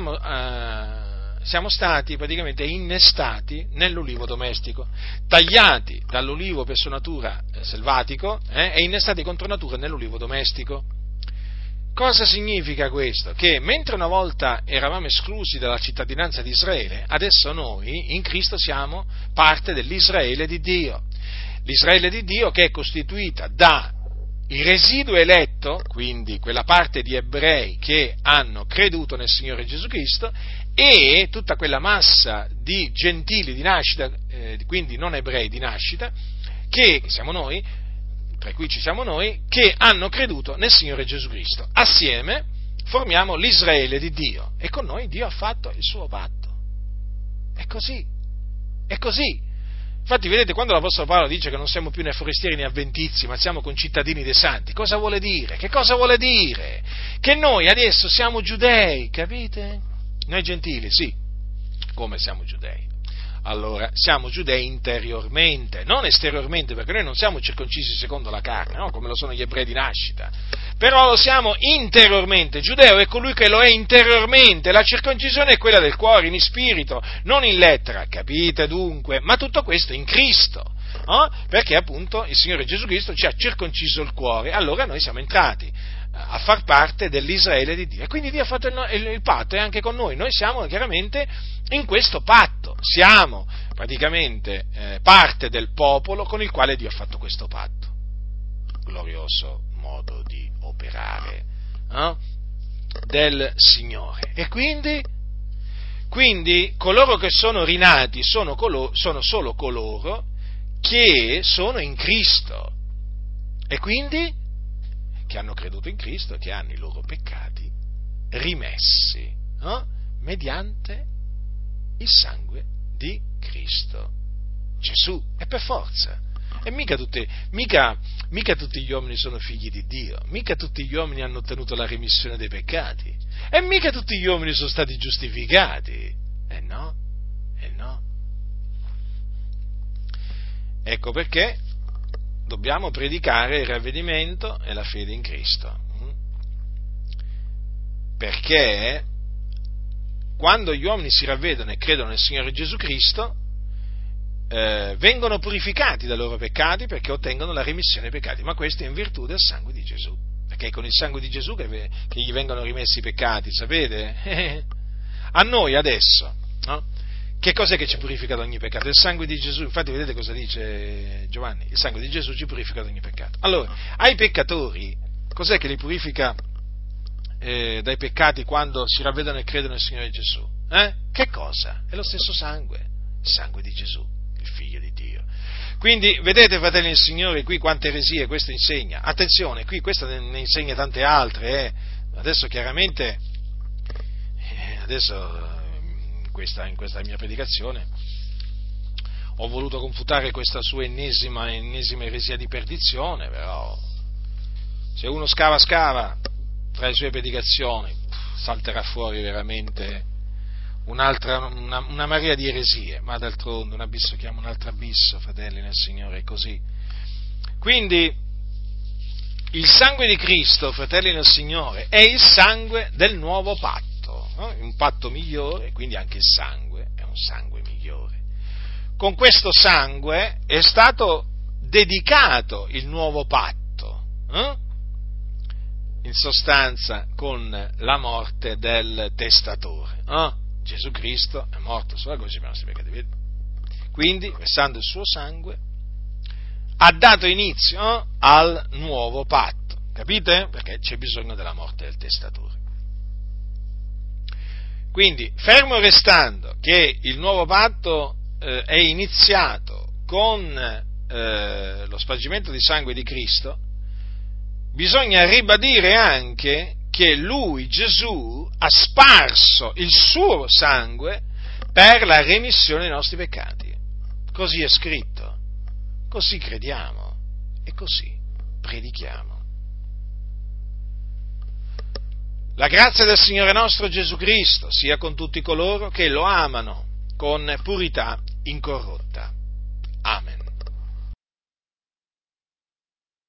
siamo stati praticamente innestati nell'ulivo domestico, tagliati dall'ulivo per sua natura selvatico e innestati contro natura nell'ulivo domestico. Cosa significa questo? Che mentre una volta eravamo esclusi dalla cittadinanza di Israele, adesso noi in Cristo siamo parte dell'Israele di Dio. L'Israele di Dio che è costituita da il residuo eletto, quindi quella parte di ebrei che hanno creduto nel Signore Gesù Cristo, e tutta quella massa di gentili di nascita, quindi non ebrei di nascita, che siamo noi, tra cui ci siamo noi, che hanno creduto nel Signore Gesù Cristo. Assieme formiamo l'Israele di Dio e con noi Dio ha fatto il suo patto. È così, è così. Infatti vedete, quando l'Apostolo Paolo dice che non siamo più né forestieri né avventizi, ma siamo concittadini dei santi, cosa vuole dire? Che cosa vuole dire? Che noi adesso siamo giudei, capite? Noi gentili, sì, come siamo giudei? Allora, siamo giudei interiormente, non esteriormente, perché noi non siamo circoncisi secondo la carne, no? Come lo sono gli ebrei di nascita, però lo siamo interiormente. Giudeo è colui che lo è interiormente, la circoncisione è quella del cuore, in spirito, non in lettera, capite dunque? Ma tutto questo in Cristo, no? Perché appunto il Signore Gesù Cristo ci ha circonciso il cuore, allora noi siamo entrati a far parte dell'Israele di Dio, e quindi Dio ha fatto il patto e anche con noi siamo chiaramente in questo patto, siamo praticamente parte del popolo con il quale Dio ha fatto questo patto. Glorioso modo di operare del Signore. E quindi coloro che sono rinati sono solo coloro che sono in Cristo, e quindi che hanno creduto in Cristo, che hanno i loro peccati rimessi mediante il sangue di Cristo Gesù. E per forza. E mica tutti gli uomini sono figli di Dio, mica tutti gli uomini hanno ottenuto la remissione dei peccati, e mica tutti gli uomini sono stati giustificati. No. Ecco perché dobbiamo predicare il ravvedimento e la fede in Cristo. Perché quando gli uomini si ravvedono e credono nel Signore Gesù Cristo, vengono purificati dai loro peccati, perché ottengono la remissione dei peccati, ma questo è in virtù del sangue di Gesù, perché è con il sangue di Gesù che gli vengono rimessi i peccati, sapete? A noi adesso, no? che cos'è che ci purifica da ogni peccato? Il sangue di Gesù. Infatti vedete cosa dice Giovanni? Il sangue di Gesù ci purifica da ogni peccato. Allora, ai peccatori, cos'è che li purifica dai peccati quando si ravvedono e credono nel Signore Gesù? Che cosa? È lo stesso sangue, il sangue di Gesù, il Figlio di Dio. Quindi, vedete, fratelli del Signore, qui quante eresie questo insegna. Attenzione, qui questo ne insegna tante altre. Adesso chiaramente, in questa mia predicazione, ho voluto confutare questa sua ennesima eresia di perdizione, però se uno scava tra le sue predicazioni, salterà fuori veramente una marea di eresie, ma d'altronde un abisso chiama un altro abisso, fratelli nel Signore, è così. Quindi il sangue di Cristo, fratelli nel Signore, è il sangue del nuovo patto, un patto migliore, quindi anche il sangue è un sangue migliore. Con questo sangue è stato dedicato il nuovo patto, in sostanza con la morte del testatore. Gesù Cristo è morto sulla croce per i nostri peccati. Quindi, versando il suo sangue, ha dato inizio al nuovo patto. Capite? Perché c'è bisogno della morte del testatore. Quindi, fermo restando che il nuovo patto è iniziato con lo spargimento di sangue di Cristo, bisogna ribadire anche che Lui, Gesù, ha sparso il suo sangue per la remissione dei nostri peccati. Così è scritto, così crediamo e così predichiamo. La grazia del Signore nostro Gesù Cristo sia con tutti coloro che lo amano con purità incorrotta. Amen.